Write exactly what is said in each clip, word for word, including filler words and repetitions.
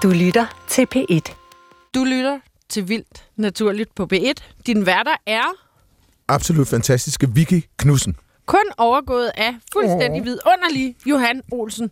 Du lytter til P et. Du lytter til Vildt Naturligt på P et. Din værter er... absolut fantastiske Vicky Knudsen. Kun overgået af fuldstændig oh. vidunderlig Johan Olsen.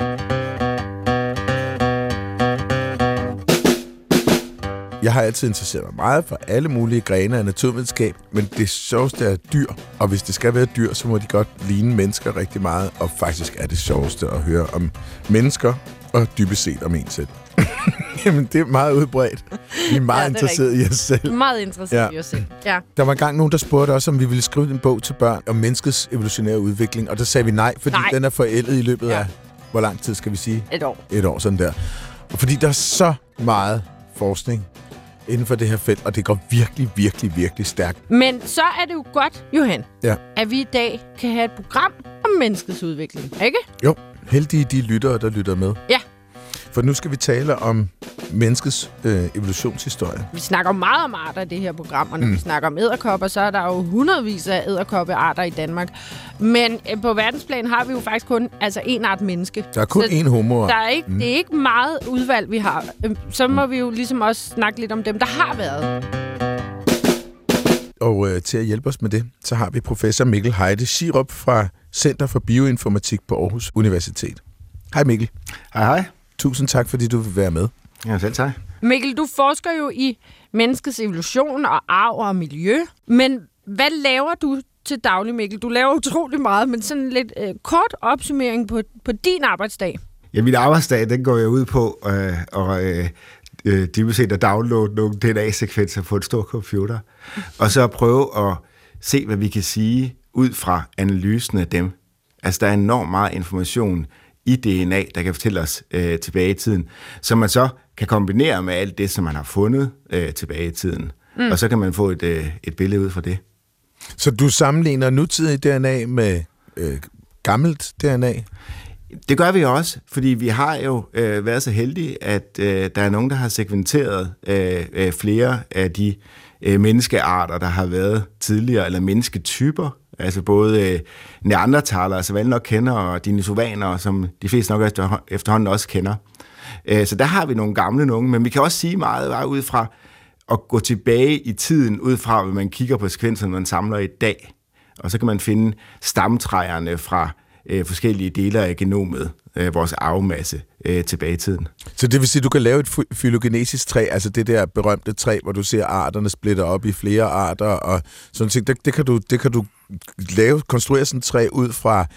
Jeg har altid interesseret mig meget for alle mulige grene af naturvidenskab, men det sjoveste er dyr, og hvis det skal være dyr, så må de godt ligne mennesker rigtig meget, og faktisk er det sjoveste at høre om mennesker, og dybest set om en selv. Jamen, det er meget udbredt. Vi er meget ja, interesseret rigtigt. i os selv. Meget interesseret ja. i os selv, ja. Der var engang nogen, der spurgte os, om vi ville skrive en bog til børn om menneskets evolutionære udvikling, og der sagde vi nej, fordi nej. den er forældet i løbet ja. af, hvor lang tid skal vi sige? Et år. Et år, sådan der. Og fordi der er så meget forskning inden for det her felt, og det går virkelig, virkelig, virkelig stærkt. Men så er det jo godt, Johan, ja. at vi i dag kan have et program om menneskets udvikling, ikke? Jo, heldige de lyttere, der lytter med. Ja. For nu skal vi tale om menneskets øh, evolutionshistorie. Vi snakker meget om arter i det her program, og når mm. vi snakker om edderkopper, så er der jo hundredvis af edderkoppearter i Danmark. Men øh, på verdensplan har vi jo faktisk kun altså en art menneske. Der er kun én homo. Der er ikke, mm. Det er ikke meget udvalg, vi har. Så må mm. vi jo ligesom også snakke lidt om dem, der har været. Og øh, til at hjælpe os med det, så har vi professor Mikkel Heide Schierup fra Center for Bioinformatik på Aarhus Universitet. Hej Mikkel. Hej hej. Tusind tak, fordi du vil være med. Ja, selv tak. Mikkel, du forsker jo i menneskets evolution og arv og miljø. Men hvad laver du til daglig, Mikkel? Du laver utrolig meget, men sådan lidt øh, kort opsummering på, på din arbejdsdag. Ja, min arbejdsdag, den går jeg ud på øh, og øh, øh, dybest set at downloade nogle D N A-sekvenser på en stor computer. Og så prøve at se, hvad vi kan sige ud fra analysen af dem. Altså, der er enormt meget information i D N A, der kan fortælle os øh, tilbage i tiden, som man så kan kombinere med alt det, som man har fundet øh, tilbage i tiden. Mm. Og så kan man få et, øh, et billede ud fra det. Så du sammenligner nutidig D N A med øh, gammelt D N A? Det gør vi også, fordi vi har jo øh, været så heldige, at øh, der er nogen, der har sekventeret øh, øh, flere af de øh, menneskearter, der har været tidligere, eller mennesketyper. Altså både øh, neandertalere, som alle nok kender, og denisovanere, som de fleste nok efter, efterhånden også kender. Øh, så der har vi nogle gamle nogen, men vi kan også sige meget bare ud fra at gå tilbage i tiden, ud fra, hvad man kigger på sekvenserne, man samler i dag. Og så kan man finde stamtræerne fra øh, forskellige dele af genomet, øh, vores arvemasse, øh, tilbage i tiden. Så det vil sige, at du kan lave et fylogenetisk træ, altså det der berømte træ, hvor du ser arterne splitter op i flere arter, og sådan ting. Det, det, kan du, det kan du lave, konstruere sådan et træ ud fra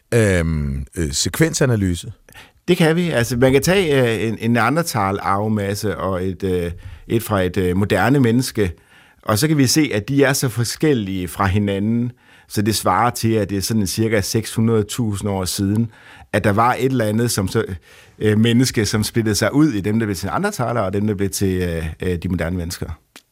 øhm, øh, sekvensanalyse? Det kan vi. Altså, man kan tage øh, en, en neandertal-arvemasse og et, øh, et fra et øh, moderne menneske, og så kan vi se, at de er så forskellige fra hinanden, så det svarer til, at det er sådan cirka seks hundrede tusind år siden, at der var et eller andet som så, øh, menneske, som splittede sig ud i dem, der blev til neandertaler, og dem, der blev til øh, de moderne mennesker.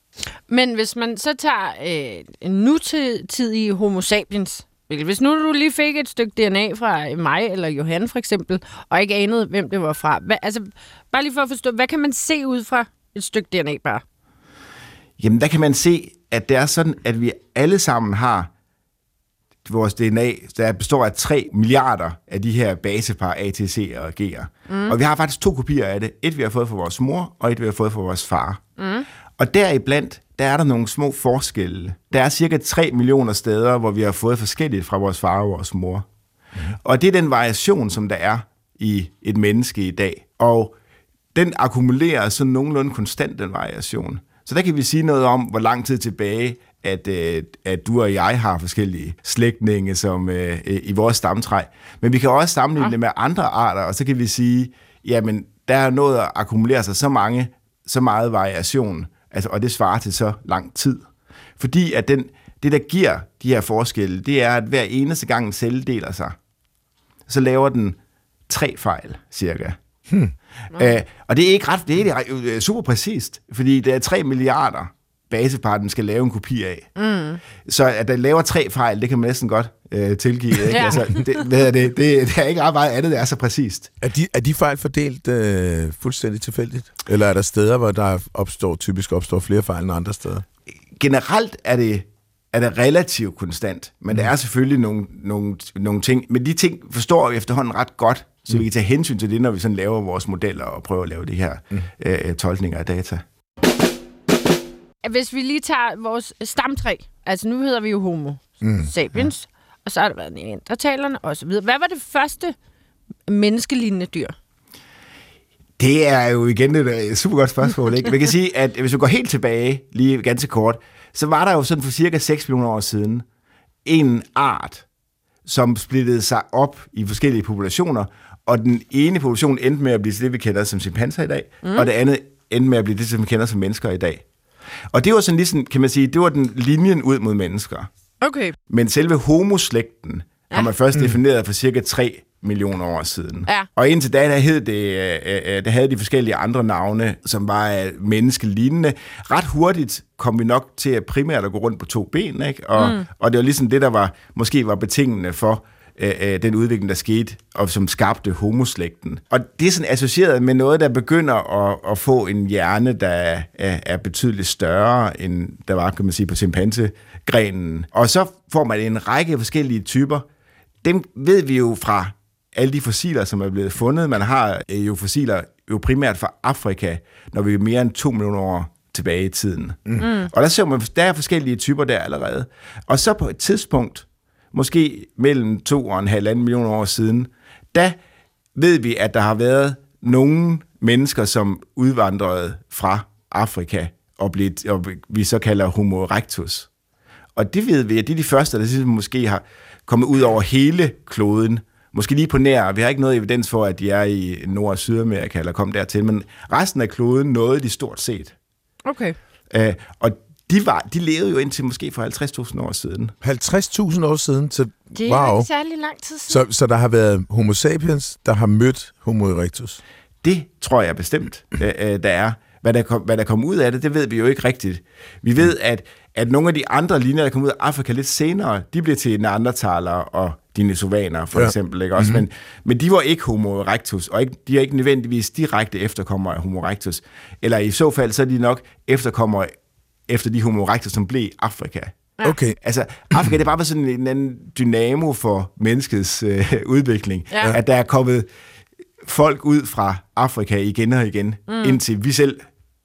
Men hvis man så tager øh, en nutidig homo sapiens, hvis nu du lige fik et stykke D N A fra mig eller Johan for eksempel, og ikke anede, hvem det var fra, hvad, altså bare lige for at forstå, hvad kan man se ud fra et stykke D N A bare? Jamen, der kan man se, at det er sådan, at vi alle sammen har vores D N A, der består af tre milliarder af de her basepar A, T, C og G'er. Mm. Og vi har faktisk to kopier af det. Et, vi har fået fra vores mor, og et, vi har fået fra vores far. Mm. Og deriblandt, der er der nogle små forskelle. Der er cirka tre millioner steder, hvor vi har fået forskelligt fra vores far og vores mor. Mm. Og det er den variation, som der er i et menneske i dag. Og den akkumulerer sådan nogenlunde konstant, den variation. Så der kan vi sige noget om, hvor lang tid tilbage, at, øh, at du og jeg har forskellige slægtninge som, øh, i vores stamtræ. Men vi kan også sammenligne ja. det med andre arter, og så kan vi sige, jamen, der er noget at akkumulere sig så mange, så meget variation, altså, og det svarer til så lang tid. Fordi at den, det, der giver de her forskelle, det er, at hver eneste gang en celle deler sig, så laver den tre fejl, cirka. Hmm. Æ, og det er ikke ret, det er super præcist, fordi det er tre milliarder baseparten skal lave en kopi af. Mm. Så at der laver tre fejl, det kan man næsten godt øh, tilgive. Ikke? Ja. Altså, det, det, det, det er ikke ret meget andet, det er så præcist. Er de, er de fejl fordelt øh, fuldstændig tilfældigt? Eller er der steder, hvor der opstår, typisk opstår flere fejl end andre steder? Generelt er det, er det relativt konstant, men mm. der er selvfølgelig nogle, nogle, nogle ting, men de ting forstår vi efterhånden ret godt, Så mm. vi kan tage hensyn til det, når vi sådan laver vores modeller og prøver at lave de her mm. øh, tolkninger af data. Hvis vi lige tager vores stamtræ, altså nu hedder vi jo Homo mm. sapiens, ja. Og så har der været neandertalerne og så videre. Hvad var det første menneskelignende dyr? Det er jo igen et super godt spørgsmål, ikke? Man kan sige, at hvis vi går helt tilbage, lige ganske kort, så var der jo sådan for cirka seks millioner år siden en art, som splittede sig op i forskellige populationer, og den ene population endte med at blive det, vi kender som chimpanser i dag, mm. og det andet endte med at blive det, som vi kender som mennesker i dag. Og det var sådan ligesom, kan man sige, det var den linjen ud mod mennesker. Okay. Men selve homoslægten ja. har man først mm. defineret for cirka tre millioner år siden. Ja. Og indtil da, der, hed det, øh, der havde de forskellige andre navne, som var menneskelignende. Ret hurtigt kom vi nok til at primært at gå rundt på to ben, ikke? Og, mm. og det var ligesom det, der var måske var betingende for øh, den udvikling, der skete, og som skabte homoslægten. Og det er sådan associeret med noget, der begynder at, at få en hjerne, der er, er betydeligt større, end der var, kan man sige, på chimpansegrenen. Og så får man en række forskellige typer. Dem ved vi jo fra alle de fossiler, som er blevet fundet. Man har jo fossiler jo primært fra Afrika, når vi er mere end to millioner år tilbage i tiden. Mm. Og der ser man, der er forskellige typer der allerede. Og så på et tidspunkt, måske mellem to og en halv millioner år siden, der ved vi, at der har været nogle mennesker, som udvandrede fra Afrika, og, blev, og vi så kalder Homo erectus. Og det ved vi, at det er de første, der måske har kommet ud over hele kloden, måske lige på nær. Vi har ikke noget evidens for, at de er i Nord- og Sydamerika eller kom dertil, men resten af kloden nåede de stort set. Okay. Øh, og de, var, de levede jo indtil måske for halvtreds tusind år siden. halvtreds tusind år siden? Så, det er wow. ikke særlig lang tid siden. Så, så der har været Homo sapiens, der har mødt Homo erectus? Det tror jeg bestemt, øh, der er. Hvad der, kom, hvad der kom ud af det, det ved vi jo ikke rigtigt. Vi ved, at, at nogle af de andre linjer, der kom ud af Afrika lidt senere, de blev til neandertalere og denisovaner, for ja. eksempel. Ikke? Også, mm-hmm. men, men de var ikke Homo erectus, og ikke, de er ikke nødvendigvis direkte efterkommere af Homo erectus. Eller i så fald, så er de nok efterkommere efter de Homo erectus, som blev Afrika. Ja. Okay. Altså, Afrika, det er bare sådan en anden dynamo for menneskets øh, udvikling. Ja. At der er kommet folk ud fra Afrika igen og igen, mm. indtil vi selv,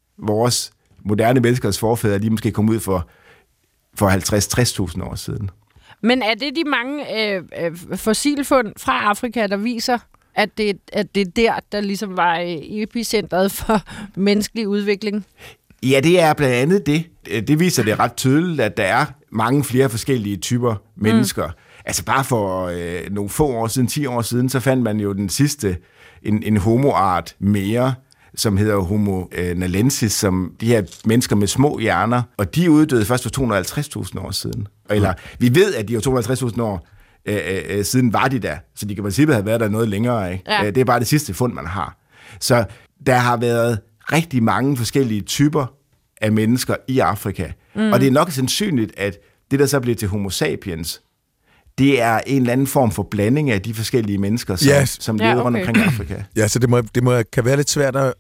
vores moderne menneskers forfædre, de måske kom ud for, for halvtreds til tres tusind år siden. Men er det de mange øh, fossilfund fra Afrika, der viser, at det, at det er der, der ligesom var epicentret for menneskelig udvikling? Ja, det er blandt andet det. Det viser det ret tydeligt, at der er mange flere forskellige typer mennesker. Mm. Altså bare for øh, nogle få år siden, ti år siden, så fandt man jo den sidste, en, en homoart mere, som hedder Homo øh, nalensis, som de her mennesker med små hjerner, og de uddøde først for to hundrede og halvtreds tusind år siden. Eller, vi ved, at de var to hundrede og halvtreds tusind år øh, øh, siden var de der, så de kan man sige, have været der noget længere. Ikke? Ja. Det er bare det sidste fund, man har. Så der har været rigtig mange forskellige typer af mennesker i Afrika, mm. og det er nok sandsynligt, at det, der så bliver til Homo sapiens, det er en eller anden form for blanding af de forskellige mennesker, som, yes. som lever ja, okay. rundt omkring Afrika. Ja, så det, må, det må, kan være lidt svært at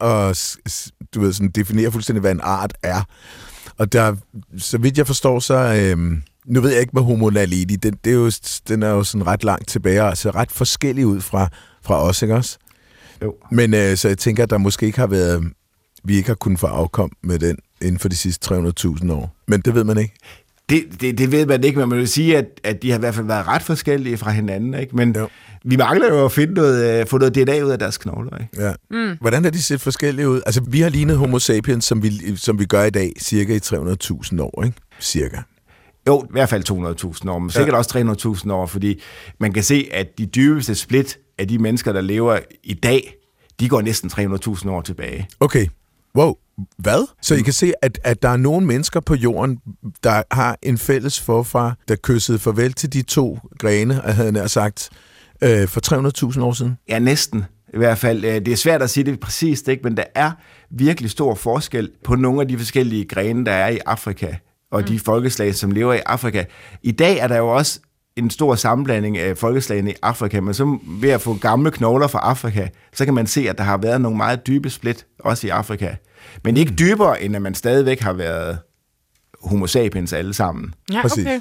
du ved, sådan, definere fuldstændig, hvad en art er. Og der, så vidt jeg forstår, så... Øhm, nu ved jeg ikke med Homo naledi, den, det er jo, den er jo sådan ret langt tilbage, og ser ret forskellig ud fra, fra os, ikke også? Jo. Men øh, så jeg tænker, at der måske ikke har været... Vi ikke har kunnet få afkom med den inden for de sidste tre hundrede tusind år. Men det ved man ikke. Det, det, det ved man ikke, men man vil sige, at, at de har i hvert fald været ret forskellige fra hinanden. Ikke? Men jo. Vi mangler jo at finde noget, få noget D N A ud af deres knogler. Ikke? Ja. Mm. Hvordan har de set forskellige ud? Altså, vi har lignet Homo sapiens, som vi, som vi gør i dag, cirka i tre hundrede tusind år, ikke? Cirka. Jo, i hvert fald to hundrede tusind år, men sikkert ja. også tre hundrede tusind år, fordi man kan se, at de dybeste split af de mennesker, der lever i dag, de går næsten tre hundrede tusind år tilbage. Okay. Wow, hvad? Så I kan se, at, at der er nogle mennesker på jorden, der har en fælles forfar, der kyssede farvel til de to grene, havde jeg nær sagt, øh, for tre hundrede tusind år siden? Ja, næsten. I hvert fald. Det er svært at sige det præcist, ikke? Men der er virkelig stor forskel på nogle af de forskellige grene, der er i Afrika, og mm. de folkeslag, som lever i Afrika. I dag er der jo også en stor sammenblanding af folkeslagene i Afrika, men så ved at få gamle knogler fra Afrika, så kan man se, at der har været nogle meget dybe split, også i Afrika. Men ikke dybere, end at man stadigvæk har været Homo sapiens alle sammen. Ja, okay.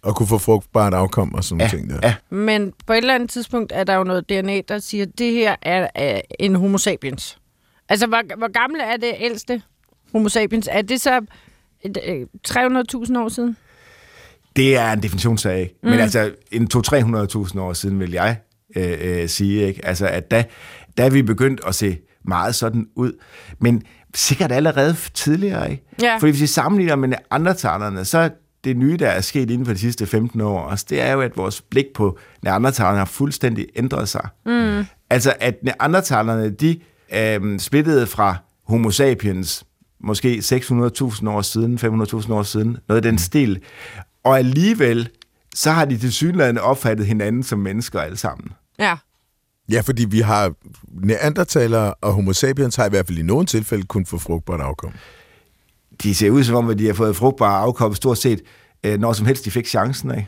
Og kunne få frugtbart afkom og sådan ja, ting der. Ja. Men på et eller andet tidspunkt er der jo noget D N A, der siger, at det her er, er en homo sapiens. Altså, hvor, hvor gammel er det ældste homo sapiens? Er det så tre hundrede tusind år siden? Det er en definitionssag, ikke? Mm. Men altså, en to til tre hundrede tusind år siden, vil jeg øh, øh, sige, ikke? Altså, at da, da er vi begyndt at se meget sådan ud. Men sikkert allerede tidligere, ikke? Ja. Fordi hvis vi sammenligner med neandertalerne, så det nye, der er sket inden for de sidste femten år, også, det er jo, at vores blik på neandertalerne har fuldstændig ændret sig. Mm. Altså, at neandertalerne, de øh, splittede fra homo sapiens, måske seks hundrede tusind år siden, fem hundrede tusind år siden, noget af den stil. Og alligevel, så har de tilsyneladende opfattet hinanden som mennesker alle sammen. Ja. Ja, fordi vi har neandertalere og homo sapiens har i hvert fald i nogle tilfælde kun få frugtbart afkom. De ser ud som om, at de har fået frugtbare afkom stort set, øh, når som helst de fik chancen af.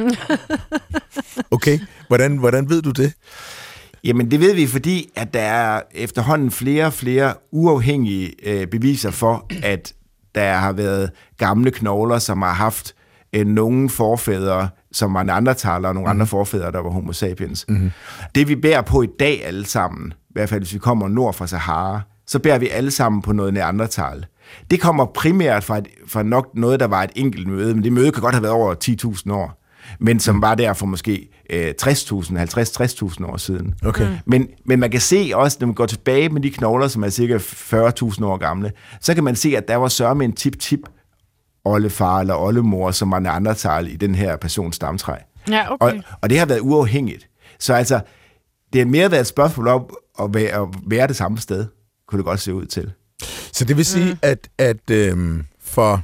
Okay, hvordan, hvordan ved du det? Jamen, det ved vi, fordi at der er efterhånden flere og flere uafhængige øh, beviser for, at der har været gamle knogler, som har haft øh, nogle forfædre, som var neandertalere, og nogle mm. andre forfædre, der var homo sapiens. Mm-hmm. Det, vi bærer på i dag alle sammen, i hvert fald hvis vi kommer nord fra Sahara, så bærer vi alle sammen på noget neandertal. Det kommer primært fra, et, fra nok noget, der var et enkelt møde, men det møde kan godt have været over ti tusind år, men som var der for måske øh, tres tusind, halvtreds til tres tusind år siden. Okay. Mm. Men, men man kan se også, når man går tilbage med de knogler, som er cirka fyrre tusind år gamle, så kan man se, at der var sørme en tip-tip oldefar eller oldemor, som var neandertal i den her persons stamtræ. Ja, okay. Og, og det har været uafhængigt. Så altså, det har mere været et spørgsmål om at være, at være det samme sted, kunne det godt se ud til. Så det vil sige, mm. at, at øhm, for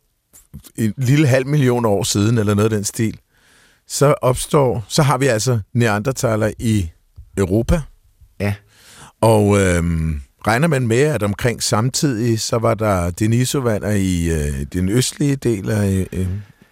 en lille halv million år siden, eller noget af den stil, så opstår, så har vi altså neandertaler i Europa. Ja. Og øhm, regner man med, at omkring samtidig, så var der denisovaner i øh, den østlige del af... Øh,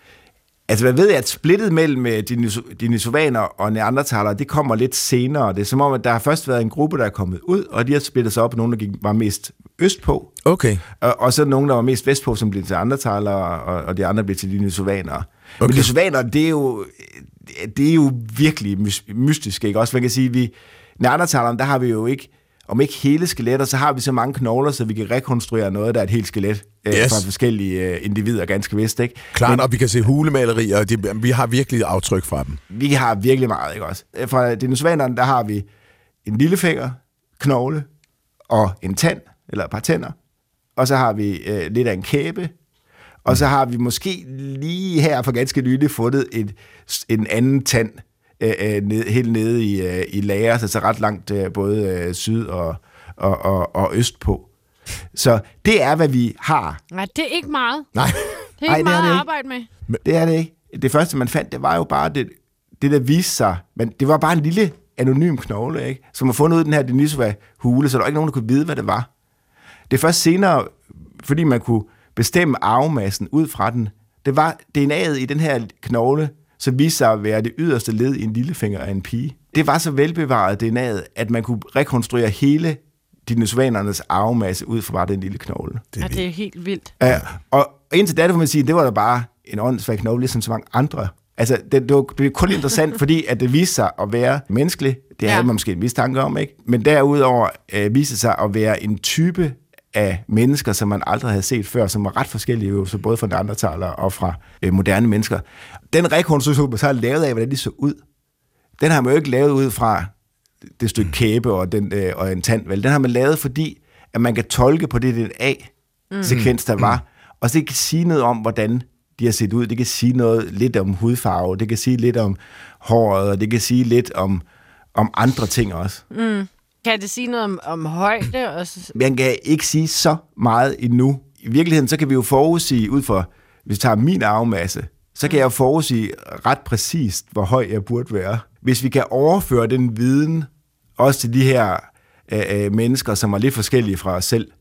Altså, man ved, at splittet mellem denisovaner og neandertalere, det kommer lidt senere. Det er som om, at der har først været en gruppe, der er kommet ud, og de har splittet sig op, og nogle, der gik, var mest østpå. Okay. Og, og så nogle, der var mest vestpå, som blev til neandertalere, og, og de andre blev til denisovanere. Okay. Men denisovaner, det er jo, det er jo virkelig mystisk, ikke? Også man kan sige, vi neandertalerne, der har vi jo ikke, om ikke hele skeletter, så har vi så mange knogler, så vi kan rekonstruere noget, der er et helt skelet øh, yes. fra forskellige øh, individer, ganske vist, ikke? Klart, Men, og vi kan se hulemalerier, og de, vi har virkelig aftryk fra dem. Vi har virkelig meget, ikke også? Fra denisovanerne, der har vi en lillefinger, knogle og en tand, eller et par tænder, og så har vi øh, lidt af en kæbe, og så har vi måske lige her for ganske nylig fundet et, en anden tand, Øh, ned, helt nede i, øh, i Laos, altså ret langt øh, både øh, syd og, og, og, og øst på. Så det er, hvad vi har. Nej, det er ikke meget. Nej. Det er Ej, ikke det er meget det at ikke. arbejde med. Det er det ikke. Det første, man fandt, det var jo bare det, det der viste sig. Men det var bare en lille anonym knogle, ikke? Som var fundet ud i den her Denisova-hule, så der var ikke nogen, der kunne vide, hvad det var. Det er først senere, fordi man kunne bestemme arvemassen ud fra den. Det var D N A'et i den her knogle, så viste sig at være det yderste led i en lillefinger af en pige. Det var så velbevaret D N A'et, at man kunne rekonstruere hele dinosaurenernes arvemasse ud fra bare den lille knogle. Det ja, det er helt vildt. Ja, og indtil da, det må man sige, det var da bare en åndssvag knogle, ligesom så mange andre. Altså, det, det, var, det var kun interessant, fordi at det viste sig at være menneskeligt. Det havde ja. man måske en mistanke om, ikke? Men derudover øh, viste sig at være en type af mennesker, som man aldrig havde set før, som var ret forskellige, jo, så både fra neandertalere og fra øh, moderne mennesker. Den rekonstruktion, man så har lavet af, hvordan de så ud, den har man jo ikke lavet ud fra det stykke kæbe og, den, øh, og en tand, vel? Den har man lavet, fordi at man kan tolke på det D N A-sekvens, der var, og så det kan sige noget om, hvordan de har set ud. Det kan sige noget lidt om hudfarve, det kan sige lidt om håret, og det kan sige lidt om, om andre ting også. Mm. Kan det sige noget om, om højde? Også? Man kan ikke sige så meget endnu. I virkeligheden, så kan vi jo forudsige, ud fra, hvis vi tager min arvemasse, så kan jeg jo forudsige ret præcist, hvor høj jeg burde være. Hvis vi kan overføre den viden, også til de her øh, mennesker, som er lidt forskellige fra os selv,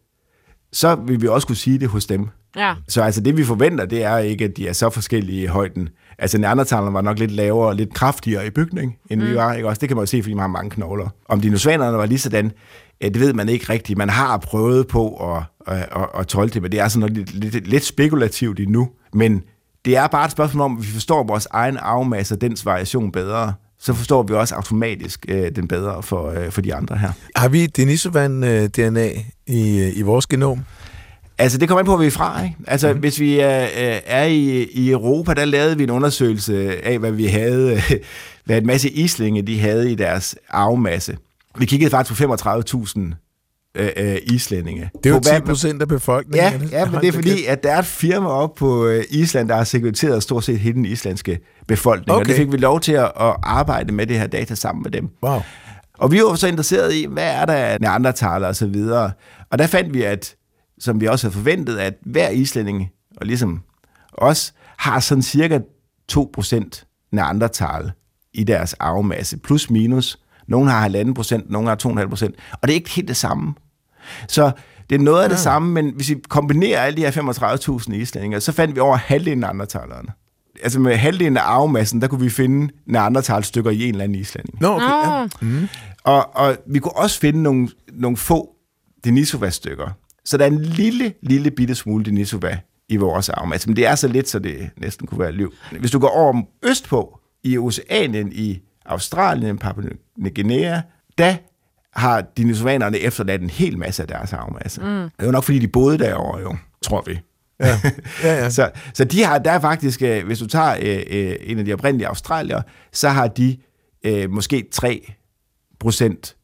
så vil vi også kunne sige det hos dem. Ja. Så altså det, vi forventer, det er ikke, at de er så forskellige i højden. Altså neandertalerne var nok lidt lavere og lidt kraftigere i bygning, end mm. vi var. Ikke? Også det kan man jo se, fordi man har mange knogler. Om dinosaurerne var lige sådan, det ved man ikke rigtigt. Man har prøvet på at, at, at, at tolke det, men det er sådan noget lidt, lidt, lidt spekulativt endnu. Men det er bare et spørgsmål om, at vi forstår vores egen arvemasse og dens variation bedre, så forstår vi også automatisk øh, den bedre for, øh, for de andre her. Har vi Denisovan-D N A i, i vores genom? Altså, det kommer ind på, hvor vi er fra, ikke? Altså, mm-hmm. hvis vi er, er i, i Europa, der lavede vi en undersøgelse af, hvad vi havde, hvad en masse islinge, de havde i deres arvemasse. Vi kiggede faktisk på femogtredive tusind øh, øh, islændinge. Det er jo ti procent af befolkningen. Ja, ja, men det er fordi, at der er et firma op på Island, der har segmenteret stort set hele den islandske befolkning, okay. Og det fik vi lov til at, at arbejde med det her data sammen med dem. Wow. Og vi var så interesseret i, hvad er der af neandertaler og så videre. Og der fandt vi, at som vi også havde forventet, at hver islænding, og ligesom os, har sådan cirka to procent neandertal i deres arvemasse, plus minus. Nogle har halvanden procent, nogle har to komma fem procent, og det er ikke helt det samme. Så det er noget af det ja. samme, men hvis vi kombinerer alle de her femogtredive tusind islændinge, så fandt vi over halvdelen af neandertalerne. Altså med halvdelen af arvemassen, der kunne vi finde neandertalstykker i en eller anden islænding. Nå, okay. Ja. Mm. Og, og vi kunne også finde nogle, nogle få Denisova-stykker. Så der er en lille, lille bitte smule Denisova i vores arvemasse, men det er så lidt, så det næsten kunne være liv. Hvis du går over østpå, i Oceanien, i Australien, Papua Ny Guinea, der har denisovanerne efterladt en hel masse af deres arvemasse. Mm. Det er jo nok, fordi de boede derovre, jo, tror vi. Ja. Ja, ja. så, så de har, der er faktisk, hvis du tager øh, en af de oprindelige australier, så har de øh, måske tre procent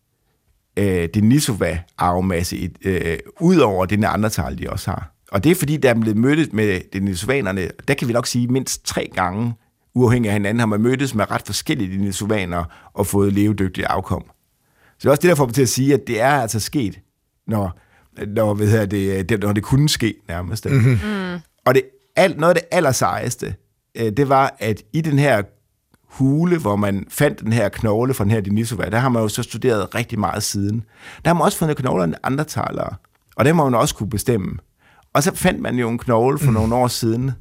øh, Denisova-arvemasse øh, ud over det neandertal, de også har. Og det er fordi, der er blevet mødtes med denisovanerne, der kan vi nok sige mindst tre gange, uafhængig af hinanden, har man mødtes med ret forskellige denisovaner og fået levedygtige afkom. Så det er også det, der får mig til at sige, at det er altså sket, når, når, hvad hedder det, det, når det kunne ske nærmest. Mm-hmm. Mm. Og det, alt, noget af det allersejeste, det var, at i den her hule, hvor man fandt den her knogle fra den her Denisova, der har man jo så studeret rigtig meget siden. Der har man også fundet knogler af andre talere, og det må man også kunne bestemme. Og så fandt man jo en knogle for mm. nogle år siden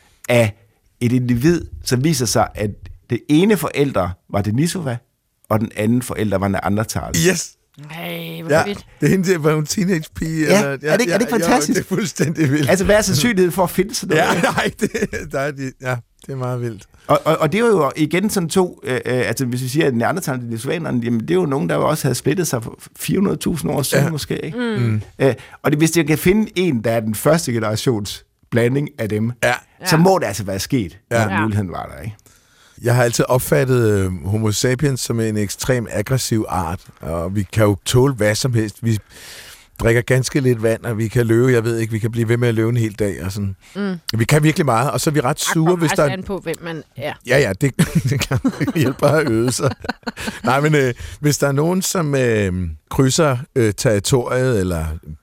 af et individ, som viser sig, at det ene forældre var Denisova, og den anden forælder var neandertal. Yes! Ej, hvor ja, fedt. Det er hende, der var en teenage-pige. Ja, eller, ja, er, det, ja, er det ikke fantastisk? Jo, det er fuldstændig vildt. Altså, hvad er sandsynligheden for at finde sådan noget? Ja, nej, det, der er de, ja, det er meget vildt. Og, og, og det er jo igen sådan to, øh, altså hvis vi siger, at neandertal og denisovanerne, jamen det er jo nogen, der jo også havde splittet sig for fire hundrede tusind år siden ja. måske. Ikke? Mm. Øh, og det, hvis jeg kan finde en, der er den første generations blanding af dem, ja. så må det altså være sket, når ja. muligheden var der, ikke? Jeg har altid opfattet uh, Homo sapiens som en ekstrem aggressiv art, og vi kan jo tåle hvad som helst. Vi drikker ganske lidt vand, og vi kan løbe, jeg ved ikke, vi kan blive ved med at løbe en hel dag. Og sådan. Mm. Vi kan virkelig meget, og så er vi ret sure, hvis der er... på, hvem man er. Ja, ja, det, det kan hjælpe bare at øve sig. Nej, men øh, hvis der er nogen, som øh, krydser øh, territoriet, eller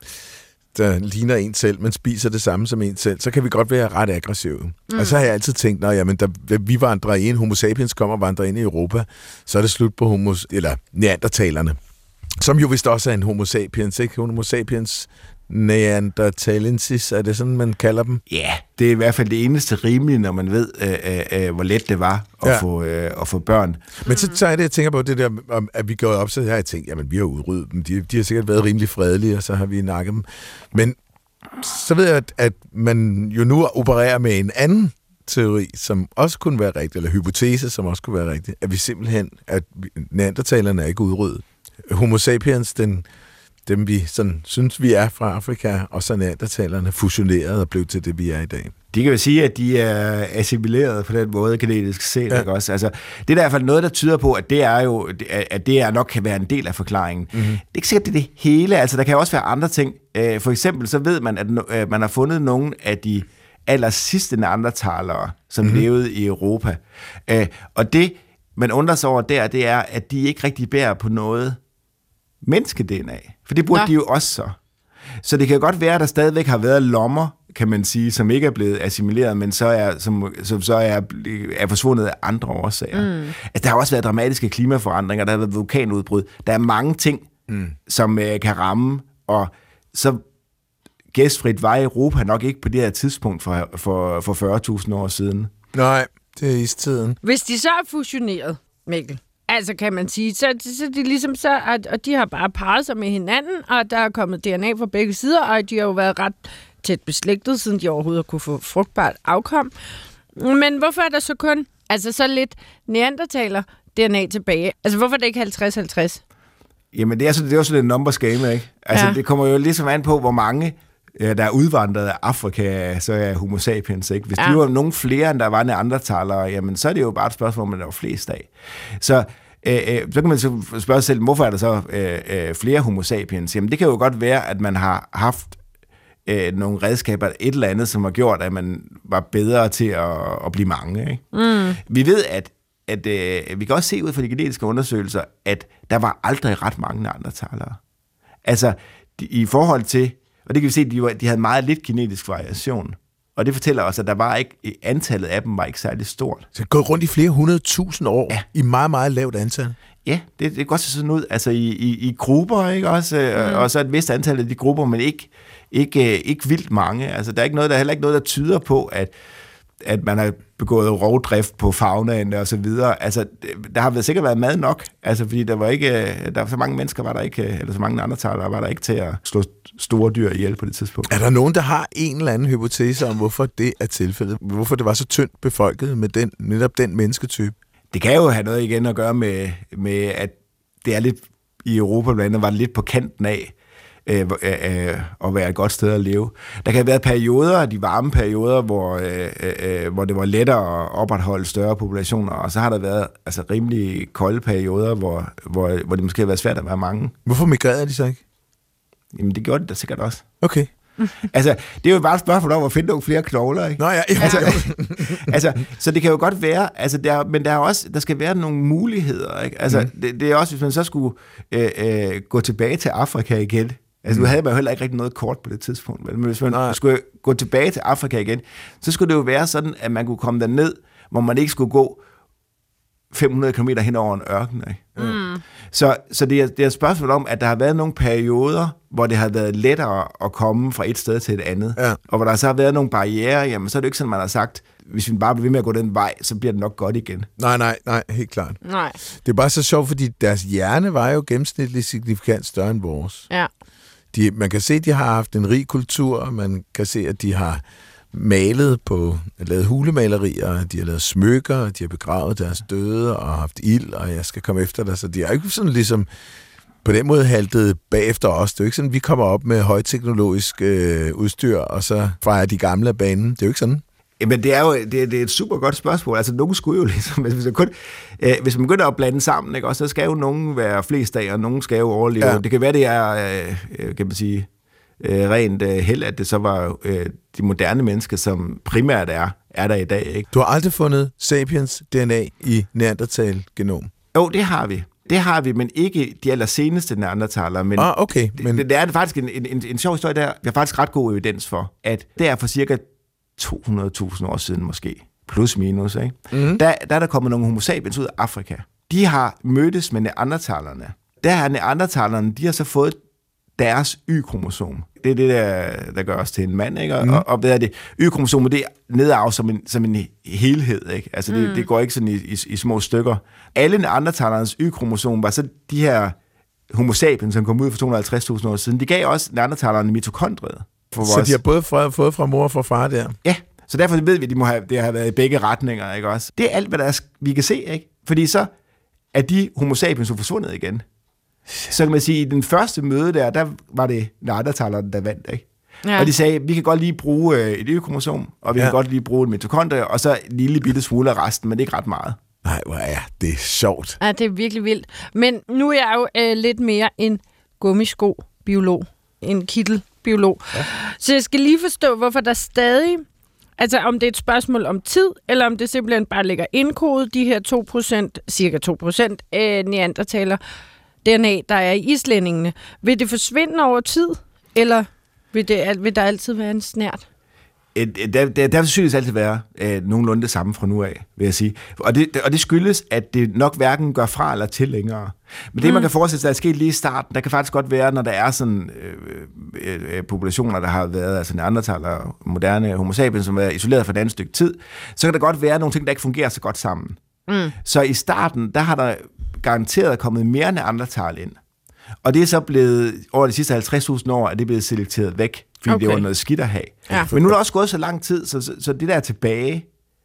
der ligner en selv, men spiser det samme som en selv, så kan vi godt være ret aggressive. Mm. Og så har jeg altid tænkt, når jamen, der, vi vandrer ind, Homo sapiens kommer og vandrer ind i Europa, så er det slut på homo, eller neandertalerne. Som jo vist også er en Homo sapiens, ikke? Homo sapiens neandertalensis, er det sådan, man kalder dem? Ja, yeah, det er i hvert fald det eneste rimelige, når man ved, øh, øh, hvor let det var at, ja. få, øh, at få børn. Men så tager jeg det, jeg tænker på det der, om, at vi går op, så har jeg tænkt, jamen vi har udryddet dem, de, de har sikkert været rimelig fredelige, og så har vi nakket dem. Men så ved jeg, at, at man jo nu opererer med en anden teori, som også kunne være rigtig, eller hypotese, som også kunne være rigtig, at vi simpelthen, at neandertalerne er ikke udryddet. Homo sapiens, den, dem vi sådan, synes, vi er fra Afrika, og så neandertalerne fusionerede og blev til det, vi er i dag. De kan jo sige, at de er assimileret på den måde, genetisk set. Ja. Ikke også? Altså, det er i hvert fald noget, der tyder på, at det er jo, at det er nok kan være en del af forklaringen. Mm-hmm. Det er ikke sikkert, det er det hele. Altså, der kan også være andre ting. For eksempel så ved man, at man har fundet nogle af de aller sidste neandertalere, som mm-hmm. levede i Europa. Og det, man undrer sig over der, det er, at de ikke rigtig bærer på noget menneske-D N A. For det burde ja. de jo også så. Så det kan godt være, at der stadigvæk har været lommer, kan man sige, som ikke er blevet assimileret, men så er, som, som så er, er forsvundet af andre årsager. Mm. Altså, der har også været dramatiske klimaforandringer, der har været vulkanudbrud. Der er mange ting, mm. som uh, kan ramme, og så gæstfrit var Europa nok ikke på det her tidspunkt for, for, for fyrre tusind år siden. Nej, det er istiden. Hvis de så er fusioneret, Mikkel, altså kan man sige, så, så de ligesom så, at, og de har bare parret sig med hinanden, og der er kommet D N A fra begge sider, og de har jo været ret tæt beslægtet, siden de overhovedet kunne få frugtbart afkom. Men hvorfor er der så kun, altså så lidt neandertaler-D N A tilbage? Altså hvorfor er det ikke halvtreds halvtreds? Jamen, det er, så, det er jo sådan en numbers game, ikke? Altså, ja. Det kommer jo ligesom an på, hvor mange, ja, der er udvandret af Afrika, så er homo sapiens, ikke? Hvis ja. de var nogen flere, end der var neandertalere, jamen, så er det jo bare et spørgsmål, om der var flest af. Så, øh, øh, så kan man så spørge sig selv, hvorfor er der så øh, øh, flere homo sapiens? Jamen, det kan jo godt være, at man har haft øh, nogle redskaber, et eller andet, som har gjort, at man var bedre til at, at blive mange, ikke? Mm. Vi ved, at at øh, vi kan også se ud fra de genetiske undersøgelser, at der var aldrig ret mange neandertalere. Altså, de, i forhold til, og det kan vi se, at de, var, de havde meget lidt genetisk variation, og det fortæller os, at der var ikke, antallet af dem var ikke særlig stort. Så det går rundt i flere hundrede tusind år, ja. I meget, meget lavt antal. Ja, det, det kan godt se sådan ud, altså i, i, i grupper, ikke også, mm. og så et vist antal af de grupper, men ikke, ikke, ikke vildt mange. Altså, der er ikke noget, der er heller ikke noget, der tyder på, at at man har begået rovdrift på faunaen og så videre. Altså, der har sikkert været mad nok, altså, fordi der var ikke, der var så mange mennesker, var der ikke, eller så mange neandertalere var der ikke til at slå store dyr ihjel på det tidspunkt. Er der nogen, der har en eller anden hypotese om, hvorfor det er tilfældet? Hvorfor det var så tyndt befolket med den, netop den mennesketype? Det kan jo have noget igen at gøre med, med at det er lidt i Europa blandt andet, var det lidt på kanten af, Øh, øh, at være et godt sted at leve. Der kan have været perioder, de varme perioder, hvor, øh, øh, hvor det var lettere at opretholde større populationer, og så har der været altså, rimelig kolde perioder, hvor, hvor, hvor det måske har været svært at være mange. Hvorfor migrerede de så ikke? Jamen, det gjorde de da sikkert også. Okay. Altså, det er jo bare et spørgsmål om at finde nogle flere knogler, ikke? Nå ja, ja. Altså, altså, så det kan jo godt være, altså der, men der er også, der skal være nogle muligheder, ikke? Altså, mm. det, det er også, hvis man så skulle øh, øh, gå tilbage til Afrika igen. Altså, nu havde man jo heller ikke rigtig noget kort på det tidspunkt. Men hvis man Nej. skulle gå tilbage til Afrika igen, så skulle det jo være sådan, at man kunne komme derned, hvor man ikke skulle gå fem hundrede kilometer hen over en ørken. Ikke? Mm. Så, så det, er, det er et spørgsmål om, at der har været nogle perioder, hvor det har været lettere at komme fra et sted til et andet. Ja. Og hvor der så har været nogle barrierer, jamen så er det ikke sådan, man har sagt, hvis vi bare bliver ved med at gå den vej, så bliver det nok godt igen. Nej, nej, nej, helt klart. Nej. Det er bare så sjovt, fordi deres hjerne var jo gennemsnitligt signifikant større end vores. Ja. De, man kan se, at de har haft en rig kultur, man kan se, at de har malet på, lavet hulemalerier, de har lavet smykker, de har begravet deres døde og haft ild, og jeg skal komme efter dig. Så de har ikke sådan ligesom på den måde haltet bagefter os. Det er jo ikke sådan, vi kommer op med højteknologisk øh, udstyr, og så fejrer de gamle af banen. Det er jo ikke sådan. Jamen, det er jo det er, det er et super godt spørgsmål. Altså, nogen skulle jo ligesom, hvis, kun, øh, hvis man begynder at blande sammen, ikke, også, så skal jo nogen være flest af, og nogen skal jo overleve. Ja. Det kan være, det er, øh, kan man sige, øh, rent øh, held, at det så var øh, de moderne mennesker, som primært er, er der i dag. Ikke? Du har aldrig fundet sapiens D N A i neandertal-genom? Jo, det har vi. Det har vi, men ikke de allerseneste neandertalere. Men ah, okay. Men... Det, det er faktisk en, en, en, en sjov historie der. Vi har faktisk ret god evidens for, at det er for cirka to hundrede tusind år siden måske, plus minus, ikke? Mm-hmm. Der, der er der kommet nogle homo sapiens ud af Afrika. De har mødtes med neandertalerne. Der er neandertalerne, de har så fået deres Y-kromosom. Det er det, der, der gør os til en mand, ikke? Og, mm. og, og hvad er det? Y-kromosomet, det er nedarv som en, som en helhed, ikke? Altså, det, mm. det går ikke sådan i, i, i små stykker. Alle neandertalernes Y-kromosom var så de her homo sapiens, som kom ud for to hundrede og halvtreds tusind år siden. De gav også neandertalerne mitokondriet. Så de har både fra, fået fra mor og fra far der? Ja, så derfor ved vi, at de må have, det har været i begge retninger, ikke også? Det er alt, hvad der er, vi kan se, ikke? Fordi så er de homo sapiens jo forsvundet igen. Så kan man sige, at i den første møde der, der var det neandertalerne, der vandt, ikke? Ja. Og de sagde, vi kan godt lige bruge et Y-kromosom, og vi ja. kan godt lige bruge et mitokondrie, og så en lille bitte smule af resten, men det er ikke ret meget. Nej, hvor er det er sjovt. Ja, det er virkelig vildt. Men nu er jeg jo øh, lidt mere en gummisko-biolog, en kittelbiolog. Ja. Så jeg skal lige forstå, hvorfor der stadig, altså om det er et spørgsmål om tid, eller om det simpelthen bare ligger indkodet, de her to procent, cirka to procent af neandertaler D N A, der er i islændingene. Vil det forsvinde over tid, eller vil, det, vil der altid være en snert? Der, der, der vil synes altid være øh, nogenlunde det samme fra nu af, vil jeg sige. Og det, og det skyldes, at det nok hverken gør fra eller til længere. Men det, mm. man kan forestille sig, der er sket lige i starten, der kan faktisk godt være, når der er sådan øh, øh, populationer, der har været, altså neandertalere, moderne homo sapiens, som er isoleret for et andet stykke tid, så kan der godt være nogle ting, der ikke fungerer så godt sammen. Mm. Så i starten, der har der garanteret kommet mere neandertal ind. Og det er så blevet, over de sidste halvtreds tusind år, er det blevet selekteret væk, fordi okay. det var noget skidt at have. Ja. Men nu er der også gået så lang tid, så, så, så det der er tilbage,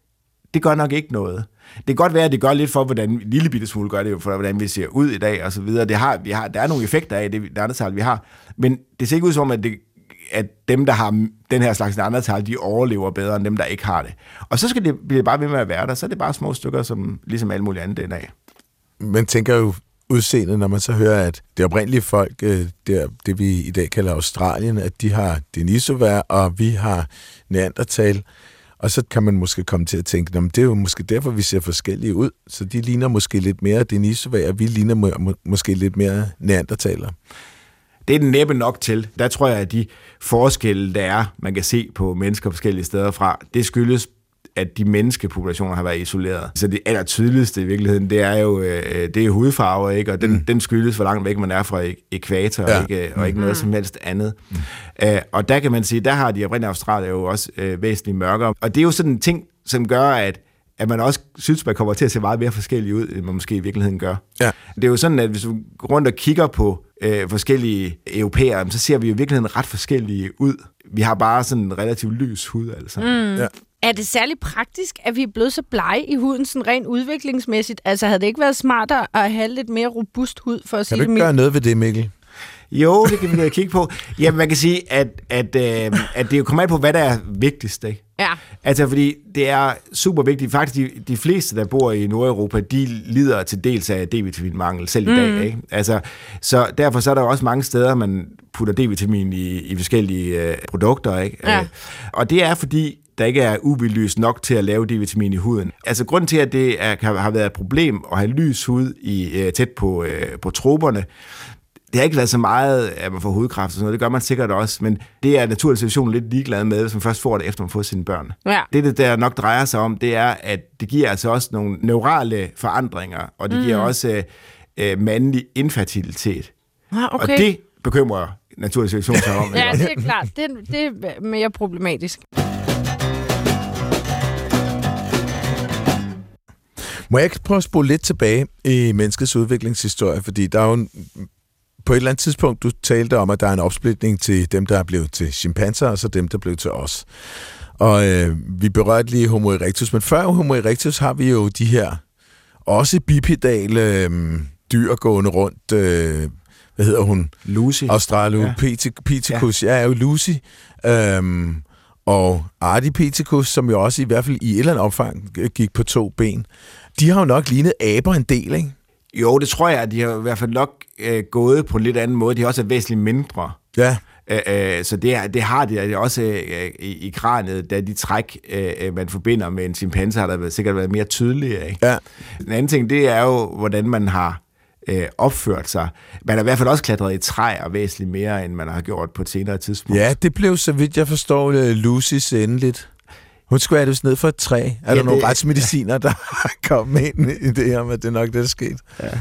det gør nok ikke noget. Det kan godt være, at det gør lidt for, hvordan en lille bitte smule gør det jo, for hvordan vi ser ud i dag og så videre. Det har, vi har, der er nogle effekter af det neandertal, vi har. Men det ser ikke ud som, at, det, at dem, der har den her slags neandertal, de overlever bedre end dem, der ikke har det. Og så skal det blive bare ved med at være der. Så er det bare små stykker, som ligesom alle mulige andre D N A. Man tænker jo udseende, når man så hører, at det oprindelige folk, der, det vi i dag kalder Australien, at de har Denisova, og vi har Neandertal. Og så kan man måske komme til at tænke, at det er jo måske derfor, vi ser forskellige ud. Så de ligner måske lidt mere Denisova, og vi ligner må, må, måske lidt mere Neandertaler. Det er den næppe nok til. Der tror jeg, at de forskelle, der er, man kan se på mennesker forskellige steder fra, det skyldes, at de menneskepopulationer har været isoleret. Så det aller tydeligste i virkeligheden, det er jo øh, det er hudfarver, ikke? Og den, mm. den skyldes, hvor langt væk man er fra ekvator, ja. og, ikke, og ikke mm. noget som helst andet. Mm. Uh, og der kan man sige, der har de oprindelige Australier jo også øh, væsentligt mørkere. Og det er jo sådan en ting, som gør, at at man også synes, man kommer til at se meget mere forskellige ud, end man måske i virkeligheden gør. Ja. Det er jo sådan, at hvis du går rundt og kigger på øh, forskellige europæere, så ser vi jo i virkeligheden ret forskellige ud. Vi har bare sådan en relativt lys hud, altså. Mm. Ja. Er det særlig praktisk, at vi er blevet så blege i huden, sådan rent udviklingsmæssigt? Altså, havde det ikke været smartere at have lidt mere robust hud, for at sige det? Kan du ikke gøre noget ved det, Mikkel? Jo, det kan vi da kigge på. Jamen, man kan sige, at, at, øh, at det jo kommer an på, hvad der er vigtigst, ikke? Ja. Altså, fordi det er super vigtigt. Faktisk, de, de fleste, der bor i Nordeuropa, de lider til dels af D-vitaminmangel, selv i dag, mm. ikke? Altså, så derfor så er der også mange steder, man putter D-vitamin i, i forskellige øh, produkter, ikke? Ja. Øh, og det er, fordi der ikke er U V-lys nok til at lave D-vitamin i huden. Altså, grunden til, at det er, kan, har været et problem at have lys hud i, øh, tæt på, øh, på troperne, det har ikke været så meget, at man får hudkræft og sådan noget. Det gør man sikkert også, men det er naturlig situation lidt ligeglad med, hvis man først får det, efter man får sine børn. Ja. Det, det der nok drejer sig om, det er, at det giver altså også nogle neurale forandringer, og det mm. giver også øh, mandlig infertilitet. Ah, okay. Og det bekymrer naturlig situation sig om. Ja, det er klart. Det, det er mere problematisk. Må jeg ikke prøve at spole lidt tilbage i menneskets udviklingshistorie, fordi der er jo en, på et eller andet tidspunkt, du talte om, at der er en opsplitning til dem, der er blevet til chimpanser, og så dem, der blev til os. Og øh, vi berørte lige Homo erectus, men før Homo erectus har vi jo de her også bipedale øh, dyr gående rundt. Øh, hvad hedder hun? Lucy. Australopithecus. Ja, ja jo Lucy. Øhm, og Ardipithecus, som jo også i hvert fald i et eller andet omfang gik på to ben. De har jo nok lignet aber en del, ikke? Jo, det tror jeg, at de har i hvert fald nok øh, gået på en lidt anden måde. De har også været væsentligt mindre. Ja. Øh, øh, så det, det har de også øh, i, i kraniet, da de træk, øh, man forbinder med en chimpanse, har der sikkert været mere tydelige. Ikke? Ja. En anden ting, det er jo, hvordan man har øh, opført sig. Man har i hvert fald også klatret i træer væsentligt mere, end man har gjort på et senere tidspunkt. Ja, det blev, så vidt jeg forstår, Lucys endeligt. Hun skvattes ned for et træ. Er ja, der nogle det... retsmediciner, der har kommet ind i det her, men det er nok det, der er sket? Ja.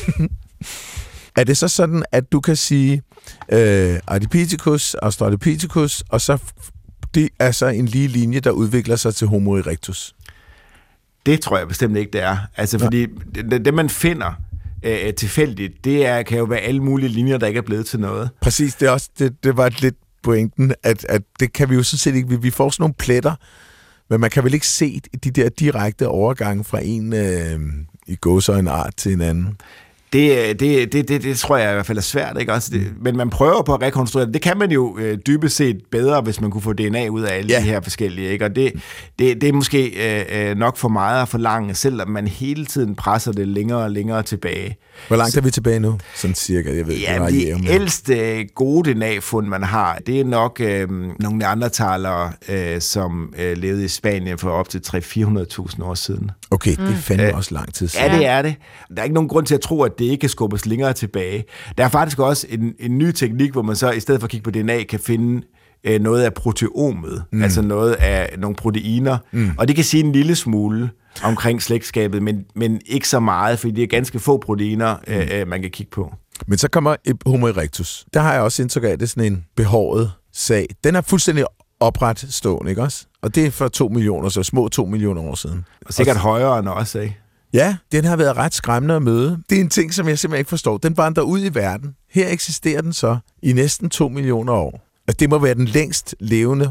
Er det så sådan, at du kan sige øh, Ardipithecus, Australopithecus, og så det er så en lige linje, der udvikler sig til Homo erectus? Det tror jeg bestemt ikke, det er. Altså, fordi ja. det, det, man finder øh, tilfældigt, det er, kan jo være alle mulige linjer, der ikke er blevet til noget. Præcis, det, er også, det, det var lidt pointen, at, at det kan vi jo sådan set ikke. Vi, vi får sådan nogle pletter, men man kan vel ikke se de der direkte overgange fra en øh, i gåseøjne art til en anden. Det, det, det, det, det tror jeg i hvert fald er svært, ikke? Også det, men man prøver på at rekonstruere det. Det kan man jo øh, dybest set bedre, hvis man kunne få D N A ud af alle ja. de her forskellige, ikke? Og det, det, det er måske øh, nok for meget at forlange, selvom man hele tiden presser det længere og længere tilbage. Hvor langt er vi tilbage nu? Sådan cirka, jeg ved. Ja, de ældste gode D N A-fund, man har, det er nok øh, nogle andre talere, øh, som øh, levede i Spanien for op til tre til fire hundrede tusind år siden. Okay, det mm. fandme øh, også lang tid siden. Ja, det er det. Der er ikke nogen grund til at tro, at det ikke kan skubbes længere tilbage. Der er faktisk også en, en ny teknik, hvor man så i stedet for at kigge på D N A, kan finde øh, noget af proteomet, mm. altså noget af nogle proteiner, mm. og det kan sige en lille smule omkring slægtskabet, men, men ikke så meget, fordi det er ganske få proteiner, mm. øh, man kan kigge på. Men så kommer Homo erectus. Der har jeg også indtryk af, at det er sådan en behåret sag. Den er fuldstændig opret stående, ikke også? Og det er for to millioner, så små to millioner år siden. Og sikkert og højere end også, ikke? Ja, den har været ret skræmmende at møde. Det er en ting, som jeg simpelthen ikke forstår. Den vandrer ud i verden. Her eksisterer den så i næsten to millioner år. Altså, det må være den længst levende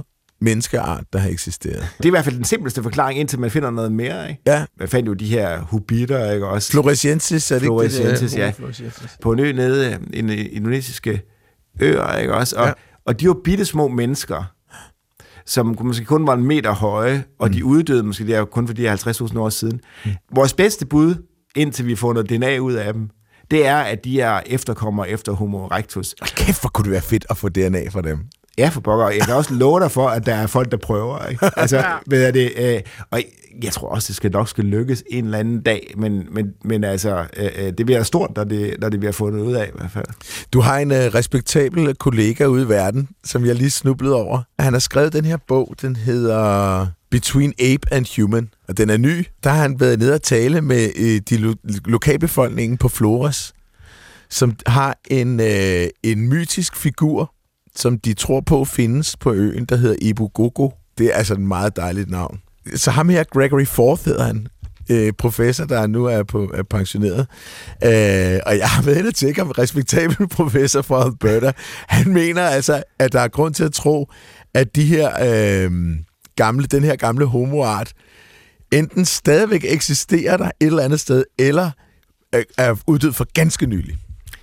menneskeart, der har eksisteret. Det er i hvert fald den simpleste forklaring, indtil man finder noget mere, ikke? Ja. Man fandt jo de her hobbiter, ikke også? Floresiensis, er det Floresiensis, ikke det? ja. Floresiensis. På en ø nede i de indonesiske øer, ikke også? Og, ja. og de var bittesmå mennesker, som måske kun var en meter høje, og mm. de uddøde måske der kun for de halvtreds tusind år siden. Mm. Vores bedste bud, indtil vi får noget D N A ud af dem, det er, at de er efterkommere efter Homo erectus. Kæft, hvor kunne det være fedt at få D N A fra dem. Ja, for pokker. Jeg kan også love dig for, at der er folk, der prøver. Ikke? Altså, ja. ved det, øh, og jeg tror også, det skal nok skal lykkes en eller anden dag, men, men, men altså, øh, det bliver stort, når det, når det bliver fundet ud af i hvert fald. Du har en øh, respektabel kollega ude i verden, som jeg lige snublede over. Han har skrevet den her bog, den hedder Between Ape and Human, og den er ny. Der har han været nede og tale med øh, de lo- lokalbefolkningen på Flores, som har en, øh, en mytisk figur, som de tror på findes på øen, der hedder Ibugogo. Det er altså et meget dejligt navn. Så ham her, Gregory Forth hedder han, øh, professor, der nu er, på, er pensioneret. Øh, og jeg har været inde og tjekke om respektabel professor fra Alberta. Han mener altså, at der er grund til at tro, at de her, øh, gamle, den her gamle homoart enten stadigvæk eksisterer der et eller andet sted, eller er uddød for ganske nylig.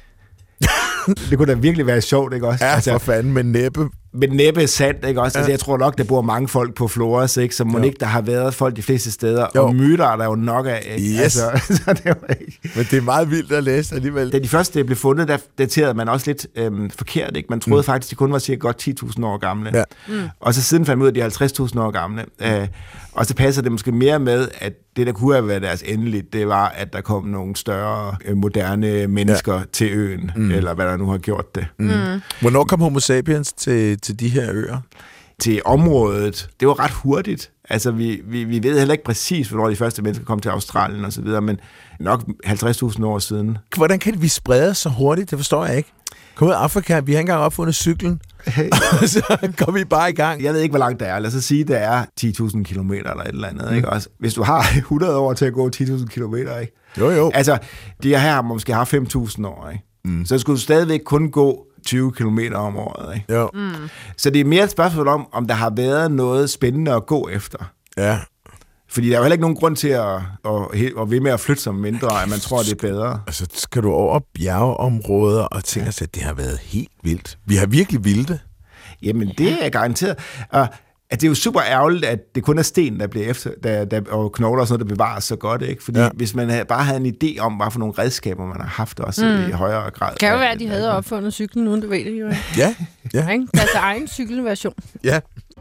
Det kunne da virkelig være sjovt, ikke også? Ja, altså, for fanden, med næppe. Med næppe sandt, ikke også? Ja. Altså, jeg tror nok, der bor mange folk på Flores, ikke? Som må ikke, der har været folk de fleste steder. Jo. Og myter er der jo nok af, ikke? Yes. Altså, så det var ikke. Men det er meget vildt at læse alligevel. Da de første blev fundet, der daterede man også lidt øhm, forkert, ikke? Man troede mm. faktisk, de kun var cirka godt ti tusind år gamle. Ja. Mm. Og så siden fandt man ud af, at de er halvtreds tusind år gamle. Øh, og så passer det måske mere med, at det, der kunne have været deres endeligt, det var, at der kom nogle større, øh, moderne mennesker ja. til øen, mm. eller hvad der nu har gjort det. Mm. Mm. Hvornår kom Homo sapiens til, til de her øer? Til området. Det var ret hurtigt. Altså, vi, vi, vi ved heller ikke præcis, hvornår de første mennesker kom til Australien og så videre, men nok halvtreds tusind år siden. Hvordan kan vi sprede så hurtigt? Det forstår jeg ikke. Kom ud af Afrika, vi har ikke engang opfundet cyklen. Hey. Så går vi bare i gang. Jeg ved ikke, hvor langt det er. Lad os sige, det er ti tusind kilometer eller et eller andet. Mm. Ikke? Også, hvis du har hundrede år til at gå ti tusind kilometer, ikke? Jo, jo. Altså, de her har måske har fem tusind år, ikke? Mm. Så skulle du stadigvæk kun gå tyve kilometer om året, ikke? Jo. Mm. Så det er mere et spørgsmål om, om der har været noget spændende at gå efter. Ja. Fordi der er jo heller ikke nogen grund til at, at, at ved med at flytte sig mindre, at man tror, det er bedre. Altså, skal du over bjergeområder og tænke os, at det har været helt vildt. Vi har virkelig vildt. Jamen, det er garanteret. Og at det er jo super ærgerligt, at det kun er sten, der bliver efter, der, der, og knogler og sådan noget, der bevares så godt, ikke? Fordi ja. hvis man bare havde en idé om, hvad for nogle redskaber man har haft også mm. i højere grad. Det kan jo være, at de havde opfundet cyklen, uden du ved det, jo. Ja. ja. Deres egen cykelversion. Ja.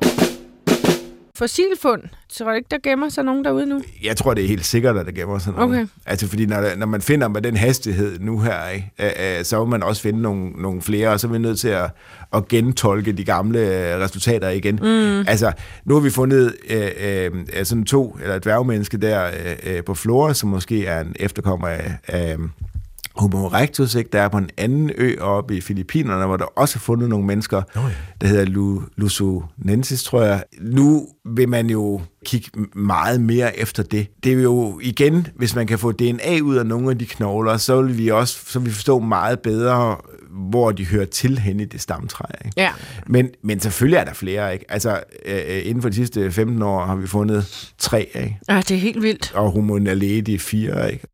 Fossilfund, tror du ikke, der gemmer sig nogen derude nu? Jeg tror, det er helt sikkert, at der gemmer sig nogen. Okay. Altså, fordi når, når man finder med den hastighed nu her, ikke, øh, så vil man også finde nogle, nogle flere, og så er vi nødt til at, at gentolke de gamle resultater igen. Mm. Altså, nu har vi fundet øh, øh, sådan to, eller et dværgmenneske der øh, på Flores, som måske er en efterkommer af... af Homo erectus, ikke? Der er på en anden ø oppe i Filippinerne, hvor der også er fundet nogle mennesker, oh, ja. der hedder Lu- Lusonensis, tror jeg. Nu vil man jo kigge meget mere efter det. Det er jo igen, hvis man kan få D N A ud af nogle af de knogler, så vil vi også så vil vi forstå meget bedre, hvor de hører til hen i det stamtræ. Ikke? Ja. Men, men selvfølgelig er der flere. Ikke? Altså, øh, inden for de sidste femten år har vi fundet tre. Ikke? Ja, det er helt vildt. Og Homo naledi fire. Ikke?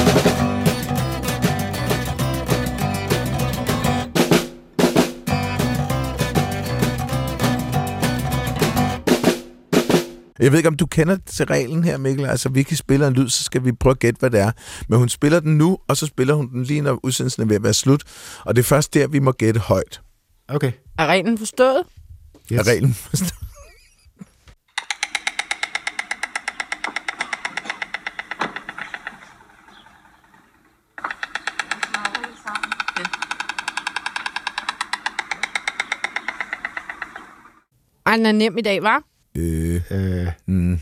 Jeg ved ikke, om du kender til reglen her, Mikkel. Altså, Vicky spiller en lyd, så skal vi prøve at gætte, hvad det er. Men hun spiller den nu, og så spiller hun den lige, når udsendelsen er ved at være slut. Og det er først der, vi må gætte højt. Okay. Er reglen forstået? Yes. Er reglen forstået? Ej, den er nem i dag, hva'? Øh, øh. Mm.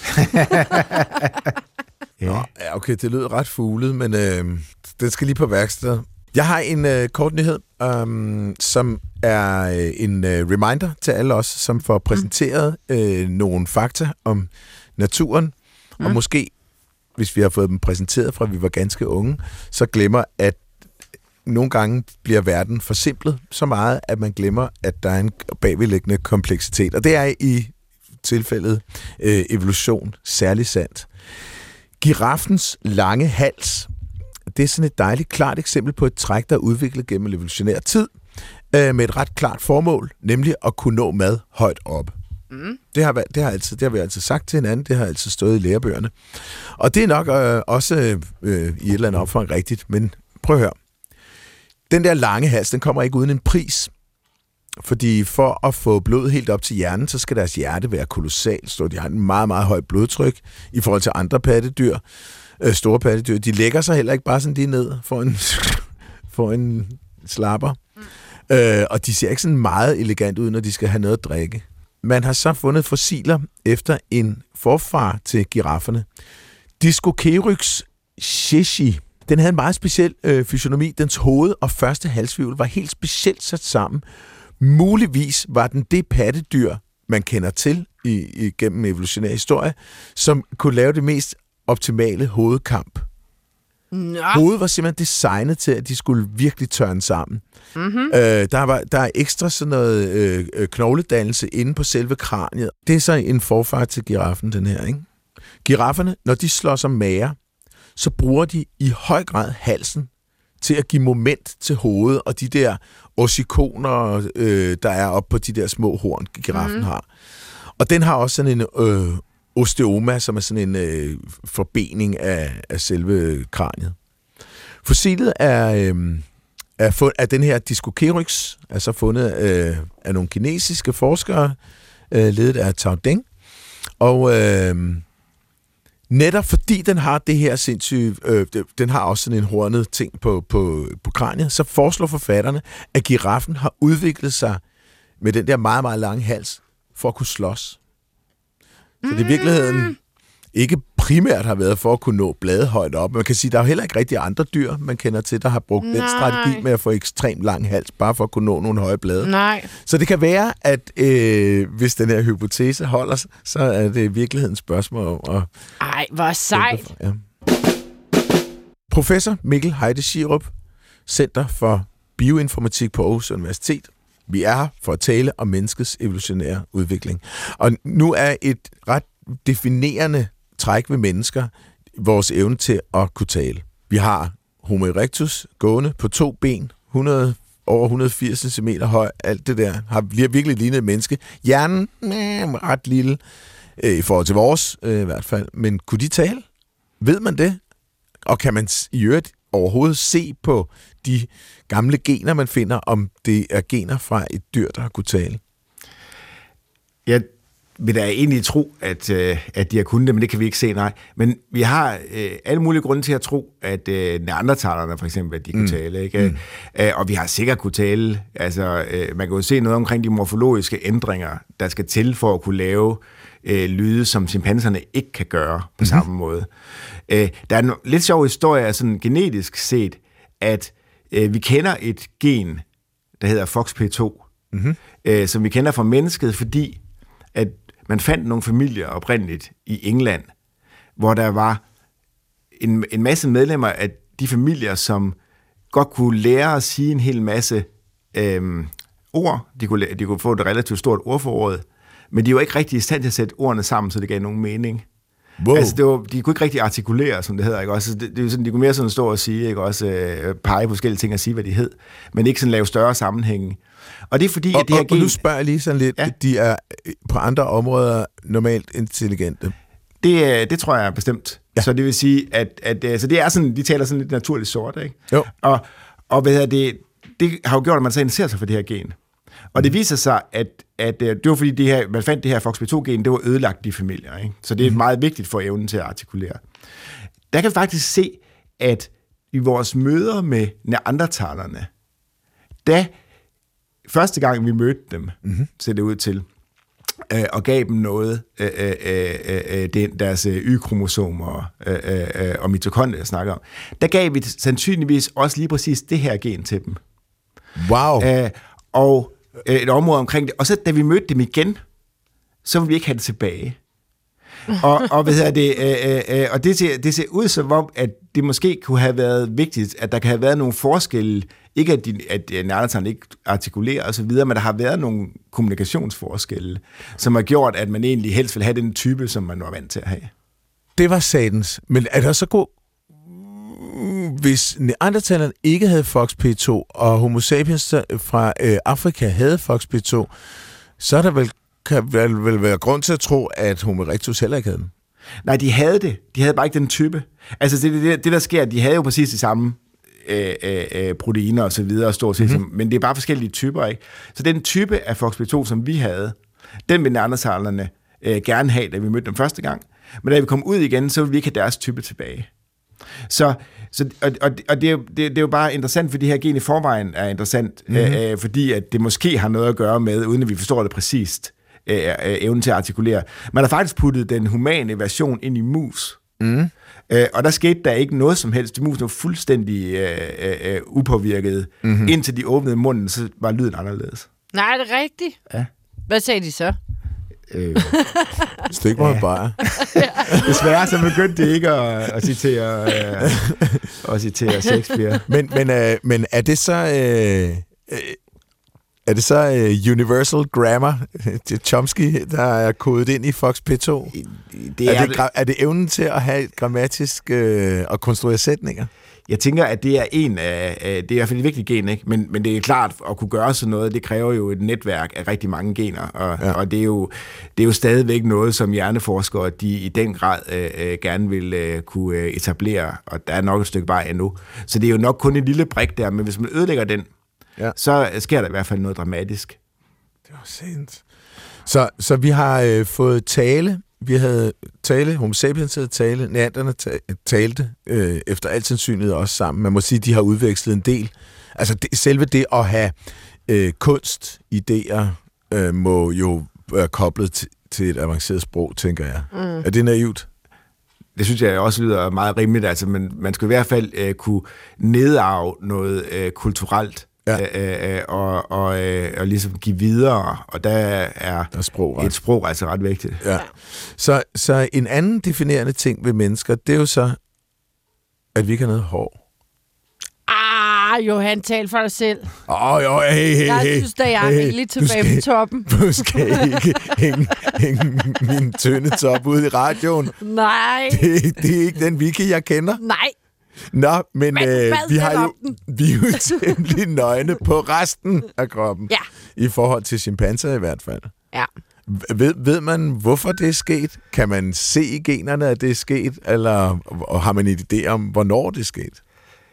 ja. ja, okay, det lød ret fuglet, men øh, det skal lige på værksted. Jeg har en øh, kort nyhed, øh, som er øh, en øh, reminder til alle os, som får præsenteret øh, nogle fakta om naturen, mm. og måske, hvis vi har fået dem præsenteret fra vi var ganske unge, så glemmer, at nogle gange bliver verden forsimplet så meget, at man glemmer, at der er en bagvedliggende kompleksitet. Og det er i tilfældet øh, evolution særlig sandt. Giraffens lange hals, det er sådan et dejligt klart eksempel på et træk, der er udviklet gennem evolutionær tid, øh, med et ret klart formål, nemlig at kunne nå mad højt op. Mm. Det, har, det, har altid, det har vi altid sagt til hinanden, det har altid stået i lærebøgerne. Og det er nok øh, også øh, i et eller andet omfang rigtigt, men prøv at høre. Den der lange hals, den kommer ikke uden en pris. Fordi for at få blodet helt op til hjernen, så skal deres hjerte være kolossalt stort. De har en meget, meget højt blodtryk i forhold til andre pattedyr, øh, store pattedyr. De lægger sig heller ikke bare sådan lige ned for en, for en slapper. Mm. Øh, og de ser ikke sådan meget elegant ud, når de skal have noget at drikke. Man har så fundet fossiler efter en forfar til girafferne. Discocheryx sheshi. Den havde en meget speciel øh, fysionomi. Dens hoved og første halshvirvel var helt specielt sat sammen. Muligvis var den det pattedyr, man kender til i, i gennem evolutionær historie, som kunne lave det mest optimale hovedkamp. Nå. Hovedet var simpelthen designet til, at de skulle virkelig tørne sammen. Mm-hmm. Øh, der, var, der er ekstra sådan noget øh, knogledannelse inde på selve kraniet. Det er så en forfar til giraffen, den her, ikke? Girafferne, når de slår sig mager, så bruger de i høj grad halsen til at give moment til hovedet, og de der ossikoner, øh, der er oppe på de der små horn, giraffen mm. har. Og den har også sådan en øh, osteoma, som er sådan en øh, forbening af, af selve kraniet. Fossilet er, øh, er, fund, er den her Discocheryx, altså fundet øh, af nogle kinesiske forskere, øh, ledet af Tao Deng, og øh, netop fordi den har det her sindssyge, øh, den har også sådan en hornet ting på, på, på kraniet, så foreslår forfatterne, at giraffen har udviklet sig med den der meget, meget lange hals, for at kunne slås. Så det i virkeligheden ikke primært har været for at kunne nå blade højt op. Man kan sige, at der er jo heller ikke rigtig andre dyr, man kender til, der har brugt Nej. den strategi med at få ekstremt lang hals, bare for at kunne nå nogle høje blade. Nej. Så det kan være, at øh, hvis den her hypotese holder, så er det i virkeligheden spørgsmål om at... Ej, hvor sejt! Ja. Professor Mikkel Heide Schierup, Center for Bioinformatik på Aarhus Universitet. Vi er her for at tale om menneskets evolutionære udvikling. Og nu er et ret definerende træk ved mennesker vores evne til at kunne tale. Vi har Homo erectus gående på to ben, hundrede, over et hundrede og firs centimeter høj, alt det der, har virkelig lignet et menneske. Hjernen øh, ret lille, øh, i forhold til vores øh, i hvert fald. Men kunne de tale? Ved man det? Og kan man i øvrigt overhovedet se på de gamle gener, man finder, om det er gener fra et dyr, der har kunne tale? Jeg vil da egentlig tro, at, øh, at de har kunnet det, men det kan vi ikke se, nej. Men vi har øh, alle mulige grunde til at tro, at øh, neandertalerne for eksempel, at de kunne mm. tale, ikke? Mm. Øh, og vi har sikkert kunne tale, altså øh, man kan jo se noget omkring de morfologiske ændringer, der skal til for at kunne lave øh, lyde, som chimpanserne ikke kan gøre på mm-hmm. samme måde. Øh, der er en lidt sjov historie, sådan genetisk set, at øh, vi kender et gen, der hedder F O X P to, mm-hmm. øh, som vi kender fra mennesket, fordi at man fandt nogle familier oprindeligt i England, hvor der var en, en masse medlemmer af de familier, som godt kunne lære at sige en hel masse øh, ord. De kunne, de kunne få et relativt stort ordforråd, men de var ikke rigtig i stand til at sætte ordene sammen, så det gav nogen mening. Wow. Altså, det var, de kunne ikke rigtig artikulere, som det hedder, ikke? Også, det, det er sådan, de kunne mere sådan stå og sige, ikke? Også øh, pege på forskellige ting og sige, hvad de hed, men ikke sådan lave større sammenhænge. Og det er fordi, og, at det her og, gen... og nu spørger jeg lige sådan lidt, ja. De er på andre områder normalt intelligente. Det, det tror jeg bestemt. Ja. Så det vil sige, at, at altså det er sådan, de taler sådan lidt naturligt sort, ikke? Jo. Og, og hvad det, det har jo gjort, at man så interesserer sig for det her gen. Og det viser sig, at, at det var fordi, det her, man fandt det her F O X P to-gen, det var ødelagt i familier. Ikke? Så det er meget vigtigt for evnen til at artikulere. Der kan vi faktisk se, at i vores møder med neandertalerne, da første gang vi mødte dem, mm-hmm. ser det ud til, øh, og gav dem noget, øh, øh, øh, øh, deres Y-kromosomer øh, øh, og mitokondrier, jeg snakker om, der gav vi sandsynligvis også lige præcis det her gen til dem. Wow! Øh, og et område omkring det. Og så da vi mødte dem igen, så ville vi ikke have det tilbage. og, og, hvad hedder det, øh, øh, og det, ser, det ser ud som om, at det måske kunne have været vigtigt, at der kan have været nogle forskelle, ikke at, de, at neandertalerne ikke artikulerer og så videre, men der har været nogle kommunikationsforskelle, som har gjort, at man egentlig helst vil have den type, som man var vant til at have. Det var satans. Men er der så god... Hvis neandertalerne ikke havde F O X P to, og Homo sapiens fra øh, Afrika havde F O X P to, så er der vel, kan vel, vel være grund til at tro, at Homo erectus heller ikke havde den. Nej, de havde det. De havde bare ikke den type. Altså, det, det, det der sker, de havde jo præcis de samme øh, øh, proteiner og så videre, stort set, mm-hmm. men det er bare forskellige typer, ikke? Så den type af F O X P to, som vi havde, den vil neandertalerne øh, gerne have, da vi mødte dem første gang. Men da vi kom ud igen, så vil vi ikke have deres type tilbage. Så, så og, og, og det, er jo, det, det er jo bare interessant, fordi det her gen i forvejen er interessant, mm-hmm. øh, fordi at det måske har noget at gøre med, uden at vi forstår det præcist, øh, øh, evnen til at artikulere. Man har faktisk puttet den humane version ind i mus. Mm. Øh, og der skete der ikke noget som helst. Musen var fuldstændig øh, øh, upåvirket. Mm-hmm. Indtil de åbnede munden, så var lyden anderledes. Nej, er det rigtigt? Ja. Hvad sagde de så? Øh. Stik mig ja. bare. Desværre så begyndte det ikke at, at citere, øh, at citere Shakespeare. Men, men, øh, men er det så... Øh, øh, er det så uh, Universal Grammar, Chomsky, der er kodet ind i F O X P to? Det er, er, det, er det evnen til at have et grammatisk øh, og konstruere sætninger? Jeg tænker, at det er en af, det er i hvert fald et vigtigt gen, ikke? Men, men det er klart, at kunne gøre sådan noget, det kræver jo et netværk af rigtig mange gener, og, ja. og det, er jo, det er jo stadigvæk noget, som hjerneforskere, de i den grad øh, gerne vil øh, kunne etablere, og der er nok et stykke vej endnu. Så det er jo nok kun en lille brik der, men hvis man ødelægger den, ja. så sker der i hvert fald noget dramatisk. Det var sent. Så, så vi har øh, fået tale, vi havde tale, Homo sapiens havde tale, neandertalerne talte øh, efter al sandsynlighed også sammen. Man må sige, at de har udvekslet en del. Altså det, selve det at have øh, kunst, idéer, øh, må jo være koblet t- til et avanceret sprog, tænker jeg. Mm. Er det naivt? Det synes jeg også lyder meget rimeligt. Altså, men man skulle i hvert fald øh, kunne nedarve noget øh, kulturelt. Ja. Øh, og, og, øh, og ligesom give videre, og der er, der er sprog, et sprog altså ret vigtigt. Ja. Så, så en anden definerende ting ved mennesker, det er jo så, at vi ikke har noget hår. Ah, Johan, tal for dig selv. Åh, oh, jo, hey, hey, Jeg synes, da jeg er hey, helt tilbage skal, på toppen. Du skal ikke hænge, hænge min tynde top ude i radioen. Nej. Det, det er ikke den Vicky, jeg kender. Nej. Nå, men, men øh, vi har jo vi er jo temmelig nøgne på resten af kroppen. Ja. I forhold til chimpanser i hvert fald. Ja. Ved, ved man, hvorfor det er sket? Kan man se i generne, at det er sket? Eller og har man en idé om, hvornår det er sket?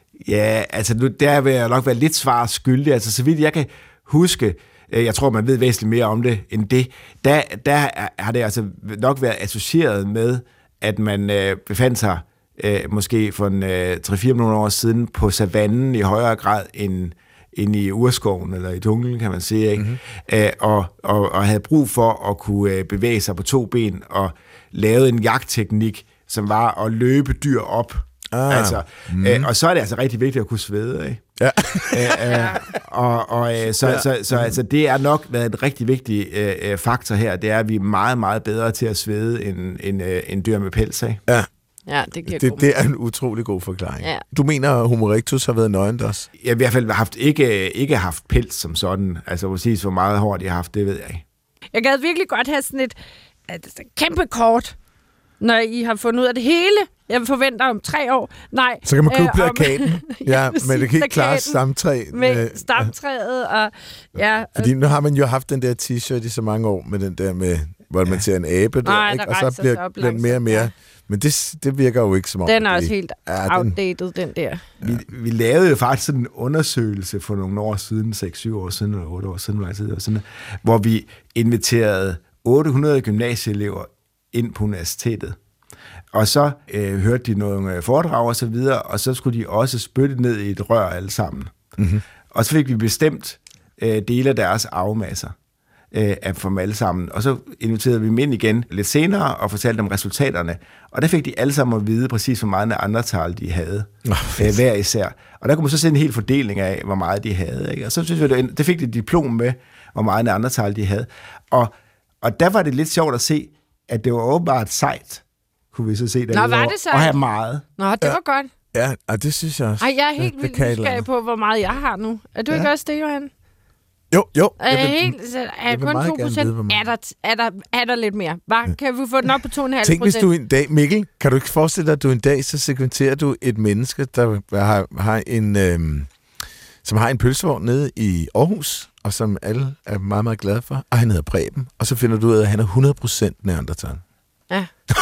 Ja, altså nu, der vil jeg nok være lidt svar skyldig. Altså så vidt jeg kan huske, jeg tror, man ved væsentligt mere om det end det, der, der har det altså nok været associeret med, at man øh, befandt sig Øh, måske for en øh, tre til fire millioner år siden på savannen i højere grad end, end i urskoven eller i junglen, kan man sige, ikke? Mm-hmm. Æh, og, og, og havde brug for at kunne øh, bevæge sig på to ben og lave en jagtteknik, som var at løbe dyr op. Ah. Altså, mm. øh, og så er det altså rigtig vigtigt at kunne svede, ikke? Ja. Æh, øh, og og øh, så, ja. så, så, så altså, det er nok været en rigtig vigtig øh, faktor her, det er, at vi er meget, meget bedre til at svede end, end, øh, end dyr med pels, ikke? Ja. Ja, det, giver det, det er en utrolig god forklaring. Ja. Du mener, at Homo erectus har været nøgent også? Jeg har i hvert fald haft, ikke, ikke haft pels som sådan. Altså præcis hvor meget hår de har haft, det ved jeg ikke. Jeg gad virkelig godt have sådan et, et kæmpe kort, når I har fundet ud af det hele. Jeg forventer om tre år. Nej. Så kan man købe øh, plakaten. ja, ja men det kan ikke klare stamtræ. Med stamtræet og... Ja, fordi nu har man jo haft den der t-shirt i så mange år med den der med, hvor man ser en abe der, Nej, ikke? Der og så bliver den mere og mere... Ja. Men det, det virker jo ikke som om... Den er også helt ja, outdated, den, den der. Vi, vi lavede jo faktisk en undersøgelse for nogle år siden, seks syv år siden, eller otte år siden, var det, sådan, hvor vi inviterede otte hundrede gymnasieelever ind på universitetet. Og så øh, hørte de nogle foredrag og så videre, og så skulle de også spytte ned i et rør alle sammen. Mm-hmm. Og så fik vi bestemt øh, dele af deres arvemasser øh, af dem alle sammen. Og så inviterede vi dem ind igen lidt senere og fortalte dem resultaterne. Og der fik de alle sammen at vide præcis, hvor meget neandertal de havde, oh, øh, hver især. Og der kunne man så se en hel fordeling af, hvor meget de havde. Ikke? Og så synes vi, det fik de diplom med, hvor meget neandertal de havde. Og, og der var det lidt sjovt at se, at det var åbenbart sejt, kunne vi så se. Nå, var det sejt? Og have meget. Nå, det Ja. var godt. Ja, og det synes jeg også. Ej, jeg er helt det vildt kan et eller nysgerrig andet. på, hvor meget jeg har nu. Er du Ja. ikke også det, Johan? Jo, jo. Er Jeg jeg vil- helt, så er jeg vil kun meget to gerne procent? vide, hvor meget. Er der, er, der, er der lidt mere? Var, kan vi få den op på to komma fem Tænk, hvis procent? du en dag, Mikkel, kan du ikke forestille dig, at du en dag, så segmenterer du et menneske, der har, har en, øhm, som har en pølsevogn nede i Aarhus, og som alle er meget, meget glade for, og han hedder Preben, og så finder du ud af, at han er hundrede procent neandertal. Ja.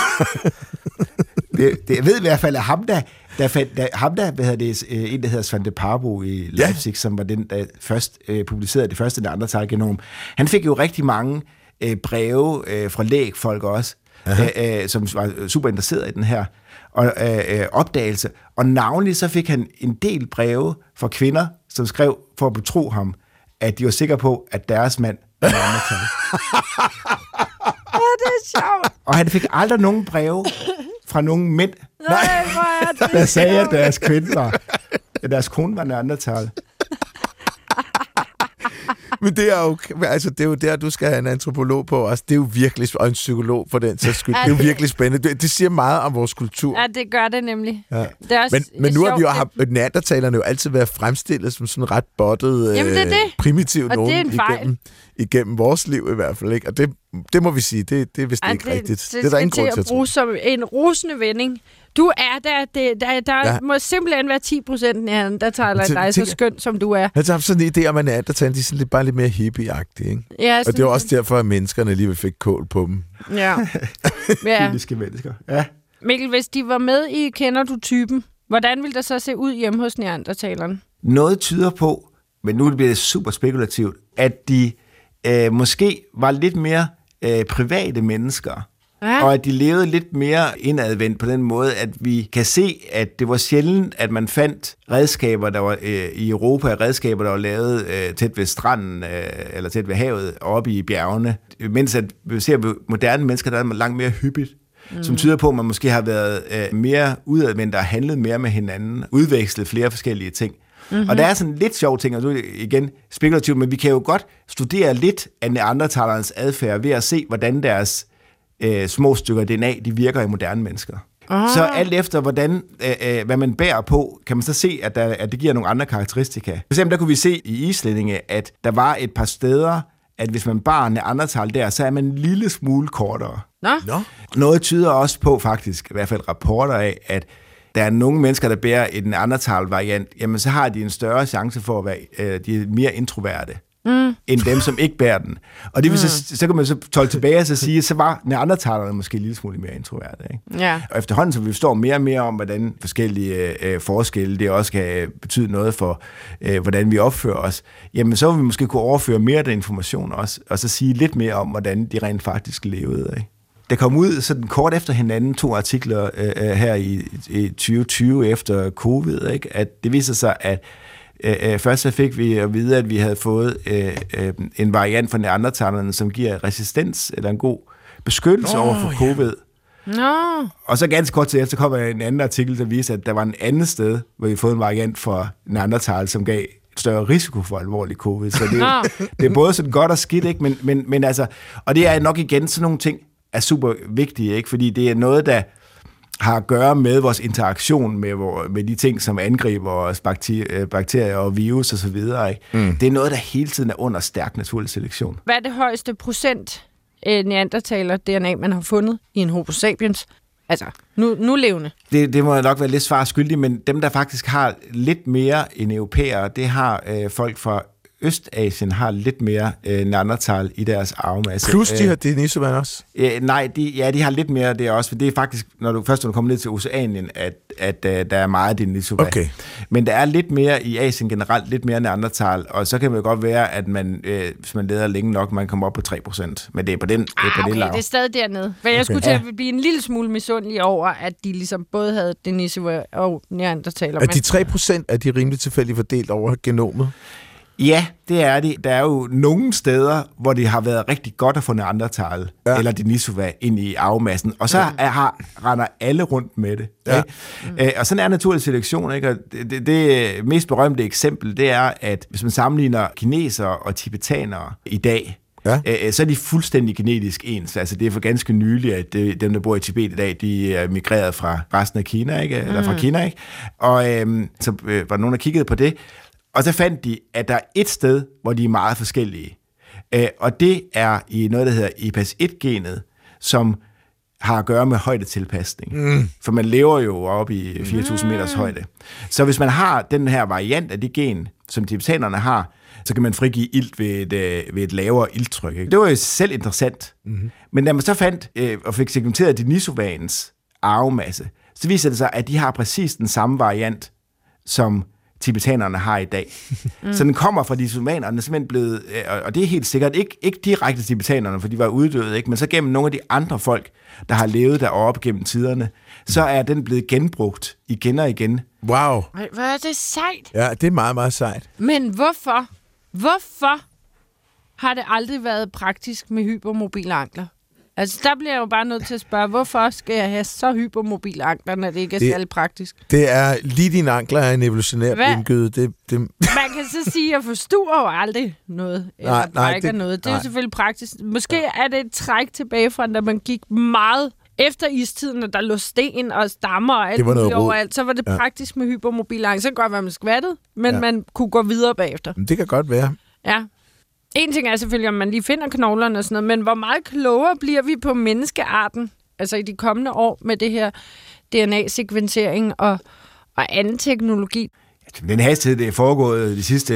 Det, det, jeg ved i hvert fald, at ham der, der, fandt, der, ham der hvad hedder det, øh, en, der hedder Svante Parbo i Leipzig, ja. som var den, der først øh, publicerede det første neandertal-genom, han fik jo rigtig mange øh, breve øh, fra lægfolk også, øh, øh, som var super interesseret i den her og, øh, øh, opdagelse. Og navnlig så fik han en del breve fra kvinder, som skrev for at betro ham, at de var sikre på, at deres mand var neandertal. Ja, det er sjovt. Og han fik aldrig nogen breve fra nogen mænd, Nej, hvor er det der sagde, at sjovt. deres kvinde var, at deres kone var neandertal. Men det er jo, altså, det er jo der, du skal have en antropolog på også. Det er jo virkelig, og en psykolog for den sags skyld. Det er jo virkelig spændende. Det, det siger meget om vores kultur. Ja, det gør det nemlig. Ja. Det er også Men, men nu har vi jo sjovt, haft, neandertalerne jo altid været fremstillet som sådan ret bottet, Jamen, det er det. øh, primitivt Og det er nogen en fejl. igennem, igennem vores liv i hvert fald. Ikke? Og det, det må vi sige, det, det er vist Ej, ikke det, rigtigt. Det, Det, det er der ingen grund til at at tro. bruge som en rosende vending. Du er der, det, der, der Ja. ja. må simpelthen være ti procent af der taler Tænk- dig så tænk- skønt, som du er. Jeg har haft sådan en idé om, at neandertalerne, de er sådan lidt, bare lidt mere hippie-agtige. Ikke? Ja, Og det var også derfor, at menneskerne alligevel fik kål på dem. Ja. ja. Kyniske mennesker. Ja. Mikkel, hvis de var med i Kender du typen, hvordan ville der så se ud hjemme hos neandertalerne? Noget tyder på, men nu bliver det super spekulativt, at de øh, måske var lidt mere øh, private mennesker. Ja. Og at de levede lidt mere indadvendt på den måde, at vi kan se, at det var sjældent, at man fandt redskaber, der var øh, i Europa, redskaber, der var lavet øh, tæt ved stranden, øh, eller tæt ved havet, oppe i bjergene. Mens at vi ser på moderne mennesker, der er langt mere hyppigt, mm. som tyder på, at man måske har været øh, mere udadvendt og handlet mere med hinanden, udvekslet flere forskellige ting. Mm-hmm. Og der er sådan lidt sjove ting, og så igen spekulativt, men vi kan jo godt studere lidt af neandertalernes adfærd ved at se, hvordan deres øh, små stykker D N A, de virker i moderne mennesker. Ah. Så alt efter, hvordan, øh, hvad man bærer på, kan man så se, at, der, at det giver nogle andre karakteristika. For eksempel, der kunne vi se i islændinge, at der var et par steder, at hvis man bar neandertal der, så er man en lille smule kortere. Nå? Nå? Noget tyder også på, faktisk, i hvert fald rapporter af, at der er nogle mennesker, der bærer en neandertal-variant, jamen så har de en større chance for at være, øh, de er mere introverte, mm. end dem, som ikke bærer den. Og det vil mm. så, så kan man så tolke tilbage og så sige, så var neandertalerne måske en lille smule mere introverte. Ikke? Ja. Og efterhånden, så vi forstår mere og mere om, hvordan forskellige øh, forskelle, det også kan betyde noget for, øh, hvordan vi opfører os, jamen så vil vi måske kunne overføre mere af den information også, og så sige lidt mere om, hvordan de rent faktisk levede. Ikke? Der kom ud sådan kort efter hinanden to artikler øh, her i, i tyve tyve efter covid, ikke? At det viser sig, at øh, først så fik vi at vide, at vi havde fået øh, øh, en variant fra neandertalerne, som giver resistens eller en god beskyttelse oh, over for covid. Nå. Og så ganske kort til efter kom der en anden artikel, der viste, at der var en anden sted, hvor vi fået en variant fra neandertal, som gav større risiko for alvorlig covid. Så det, det er både sådan godt og skidt, ikke? Men, men, men altså, og det er nok igen sådan nogle ting, er super vigtige, ikke? Fordi det er noget, der har at gøre med vores interaktion med, vor, med de ting, som angriber vores bakterier, bakterier og virus og så videre. Ikke? Mm. Det er noget, der hele tiden er under stærk naturlig selektion. Hvad er det højeste procent øh, neandertaler D N A, man har fundet i en Homo sapiens? Altså, nu, nu levende. Det, det må nok være lidt svar skyldig, men dem, der faktisk har lidt mere end europæere, det har øh, folk fra Østasien har lidt mere øh, neandertal i deres arvemasse. Plus de har Denisovan også? Øh, nej, de, ja, de har lidt mere det også, for det er faktisk, når du først når du kommer ned til Oceanien, at, at uh, der er meget Denisovan. Okay. Men der er lidt mere i Asien generelt, lidt mere neandertal, og så kan det godt være, at man, øh, hvis man leder længe nok, man kommer op på tre procent. Men det er på den, det er på Ah, det okay, lav. det er stadig dernede. For jeg skulle Okay. til at blive en lille smule misundelig over, at de ligesom både havde Denisovan og neandertaler. Er de tre procent er de rimelig tilfældigt fordelt over genomet? Ja, det er det. Der er jo nogle steder, hvor det har været rigtig godt at få neandertal ja. eller Denisova ind i arvemassen, og så er, har, render alle rundt med det. Ja. Mm. Æ, og sådan er naturlig selektion. Ikke? Og det, det, det mest berømte eksempel, det er, at hvis man sammenligner kinesere og tibetanere i dag, ja. øh, så er de fuldstændig genetisk ens. Altså det er for ganske nyligt, at det, dem, der bor i Tibet i dag, de er migreret fra resten af Kina, ikke? Eller fra Kina, ikke? Og øh, så øh, var der nogen, der kiggede på det, og så fandt de, at der er et sted, hvor de er meget forskellige. Øh, og det er i noget, der hedder I P A S et genet, som har at gøre med højdetilpasning. Mm. For man lever jo oppe i fire tusind meters højde. Så hvis man har den her variant af det gen, som tibetanerne har, så kan man frigive ilt ved et, øh, ved et lavere ilttryk. Ikke? Det var jo selv interessant. Mm-hmm. Men da man så fandt øh, og fik sekventeret Denisovans arvemasse, så viser det sig, at de har præcis den samme variant, som tibetanerne har i dag. Mm. Så den kommer fra denisovanerne, simpelthen blevet, øh, og det er helt sikkert, ikke, ikke direkte tibetanerne, for de var uddøde, ikke? Men så gennem nogle af de andre folk, der har levet deroppe gennem tiderne, så er den blevet genbrugt igen og igen. Wow. Hvor er det sejt. Ja, det er meget, meget sejt. Men hvorfor? Hvorfor har det aldrig været praktisk med hypermobile ankler? Altså, der bliver jeg jo bare nødt til at spørge, hvorfor skal jeg have så hypermobile ankler, når det ikke er det, særlig praktisk? Det er lige dine ankler er en evolutionær blindgyde. Det, det... Man kan så sige, at jeg forstuer jo aldrig noget, eller nej, nej, det, noget. Det er nej. jo selvfølgelig praktisk. Måske ja. er det et træk tilbage fra, da man gik meget efter istiden, og der lå sten og stammer og alt muligt overalt, så var det ja. praktisk med hypermobile ankler. Så kan det godt være, man skvattede, men ja. man kunne gå videre bagefter. Det kan godt være. Ja. En ting er selvfølgelig, om man lige finder knoglerne og sådan noget, men hvor meget klogere bliver vi på menneskearten, altså i de kommende år med det her D N A-sekventering og, og anden teknologi? Den hastighed, det er foregået de sidste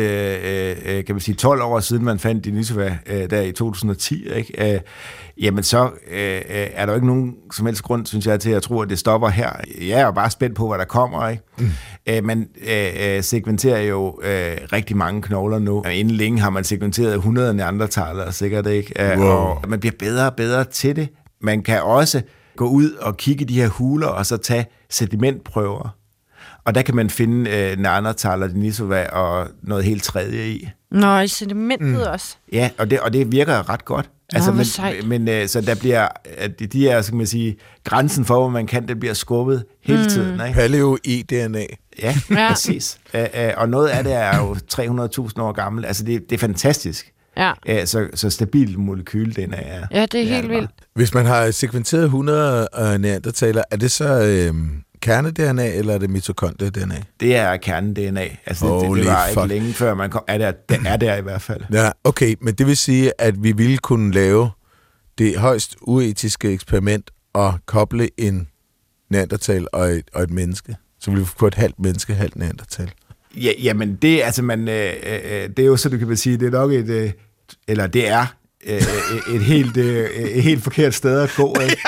øh, kan man sige, tolv år siden, man fandt Denisova øh, der i to tusind og ti, ikke? Øh, jamen så øh, er der jo ikke nogen som helst grund, synes jeg, til at tro, at det stopper her. Jeg er jo bare spændt på, hvad der kommer, ikke? Mm. Øh, man øh, sekventerer jo øh, rigtig mange knogler nu. Inden længe har man sekventeret hundrede neandertalere, sikkert ikke? Øh, wow. Og man bliver bedre og bedre til det. Man kan også gå ud og kigge i de her huler, og så tage sedimentprøver. Og der kan man finde øh, neandertaler, Denisova og noget helt tredje i. Nå, i sedimentet mm. også. Ja, og det, og det virker ret godt. Altså, Nå, men, men øh, så der bliver, at de er, så kan man sige, grænsen for, hvor man kan, det bliver skubbet hele mm. tiden. Ikke? Paleo-e-D N A. Ja, ja. præcis. Æ, øh, og noget af det er jo tre hundrede tusind år gammelt. Altså, det, det er fantastisk. Ja. Æ, så, så stabil molekyl, den er. Ja, det er helt vildt. Hvis man har sekventeret hundrede uh, neandertaler, er det så øh, kerne-D N A, eller er det mitokondrie-D N A? Det er kerne-D N A. Altså, det, det, det var fuck. ikke længe før, man kom. Er der, det er der i hvert fald. Ja, okay, men det vil sige, at vi ville kunne lave det højst uetiske eksperiment og koble en neandertal og et, og et menneske. Så ville vi få et halvt menneske, halvt neandertal. Ja, jamen, det, altså, man, øh, øh, det er jo så, du kan sige, det er nok et, øh, eller det er øh, et, helt, øh, et helt forkert sted at gå. Ikke?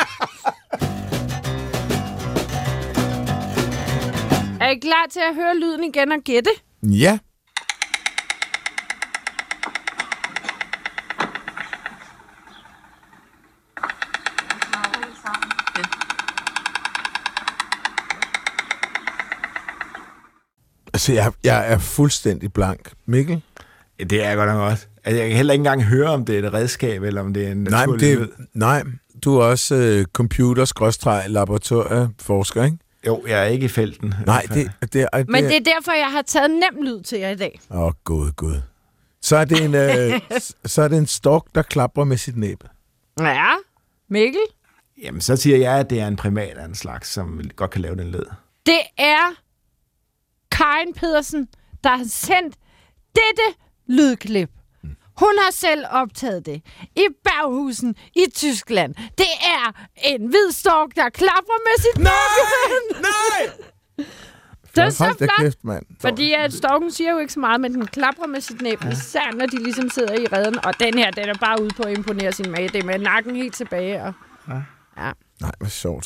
Er I klar til at høre lyden igen og gætte? Ja. Altså, jeg, jeg er fuldstændig blank. Mikkel? Ja, det er jeg godt nok også. Altså, jeg kan heller ikke engang høre, om det er et redskab, eller om det er en naturlig nej, lyd. Nej, du er også uh, computer-laboratorieforsker, ikke? Jo, jeg er ikke i felten. Nej, det, det, det er... Men det er derfor, jeg har taget nem lyd til jer i dag. Åh, oh, gud, gud. Så er, det en, uh, så er det en stork, der klapper med sit næb. Ja, Mikkel? Jamen, så siger jeg, at det er en primat af en slags, som godt kan lave den lyd. Det er Karin Pedersen, der har sendt dette lydklip. Hun har selv optaget det i Berghusen i Tyskland. Det er en hvid stork, der klapper med sit nej, nej! Det er så Hold flot, kæft, mand. fordi at storken siger jo ikke så meget, men den klapper med sit næb, især når de ligesom sidder i redden. Og den her, den er bare ude på at imponere sin mage. Det er med nakken helt tilbage. Og... Ja. Ja. Nej, hvor sjovt.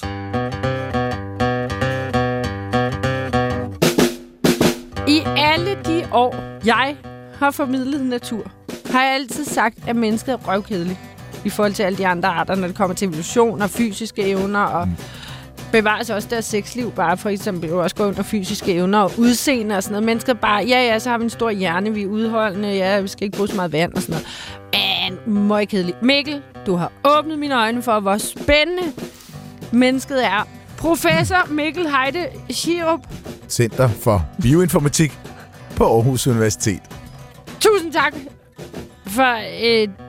I alle de år, jeg har formidlet natur, har jeg altid sagt, at mennesket er røvkedeligt i forhold til alle de andre arter, når det kommer til evolution og fysiske evner, og bevares også deres sexliv, bare for eksempel jo også gå under fysiske evner og udseende og sådan noget. Mennesket bare, ja, ja, så har vi en stor hjerne, vi er udholdende, ja, vi skal ikke bruge så meget vand og sådan noget. Men møgkedeligt. Mikkel, du har åbnet mine øjne for, hvor spændende mennesket er. Professor Mikkel Heide Schierup. Center for Bioinformatik på Aarhus Universitet. Tusind tak for øh,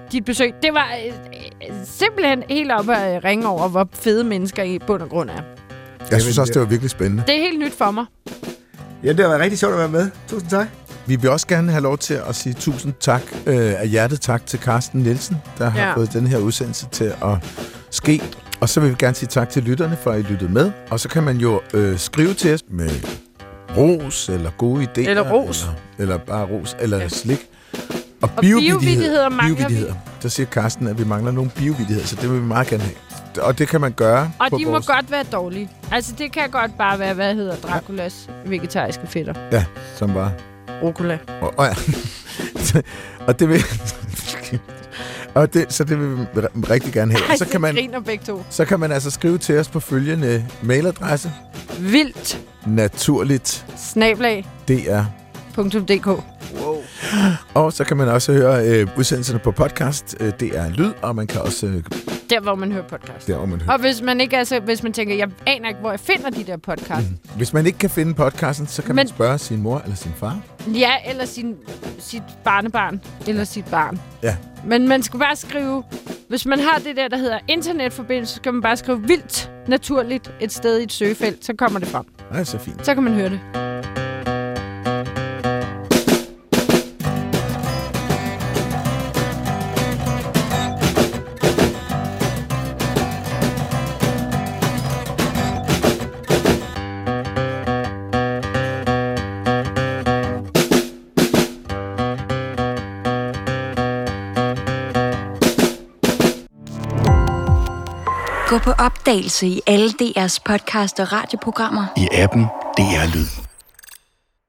dit besøg. Det var øh, simpelthen helt op at ringe over, hvor fede mennesker i bund og grund er. Jeg synes også, det var virkelig spændende. Det er helt nyt for mig. Ja, det var rigtig sjovt at være med. Tusind tak. Vi vil også gerne have lov til at sige tusind tak øh, af hjertet tak til Carsten Nielsen, der har ja. fået den her udsendelse til at ske. Og så vil vi gerne sige tak til lytterne, for at I lyttede med. Og så kan man jo øh, skrive til os med ros, eller gode idéer. Eller ros. Eller, eller bare ros, eller ja. slik. Og, og biovidigheder mangler biovidigheder. vi. Der siger Carsten, at vi mangler nogle biovidigheder, så det vil vi meget gerne have. Og det kan man gøre. Og de vores... må godt være dårlige. Altså, det kan godt bare være, hvad hedder Draculas vegetariske fætter. Ja, som var... Rucola. Og, og, ja. og det vil... og det, så det vil vi rigtig gerne have. Ej, så kan man griner begge to. Så kan man altså skrive til os på følgende mailadresse. Vildt. Naturligt. Snablag. dr punktum d k. Wow. Og så kan man også høre øh, udsendelserne på podcast. Øh, det er lyd, og man kan også... Øh, der, hvor man hører podcast. Der, hvor man hører. Og hvis man ikke altså, hvis man tænker, jeg aner ikke, hvor jeg finder de der podcast. Mm. Hvis man ikke kan finde podcasten, så kan Men, man spørge sin mor eller sin far. Ja, eller sin, sit barnebarn. Eller sit barn. Ja. Men man skal bare skrive... Hvis man har det der, der hedder internetforbindelse, så kan man bare skrive vildt naturligt et sted i et søgefelt. Så kommer det frem. Nej, så fint. Så kan man høre det. Gå på opdagelse i alle D R's podcast og radioprogrammer. I appen D R Lyd.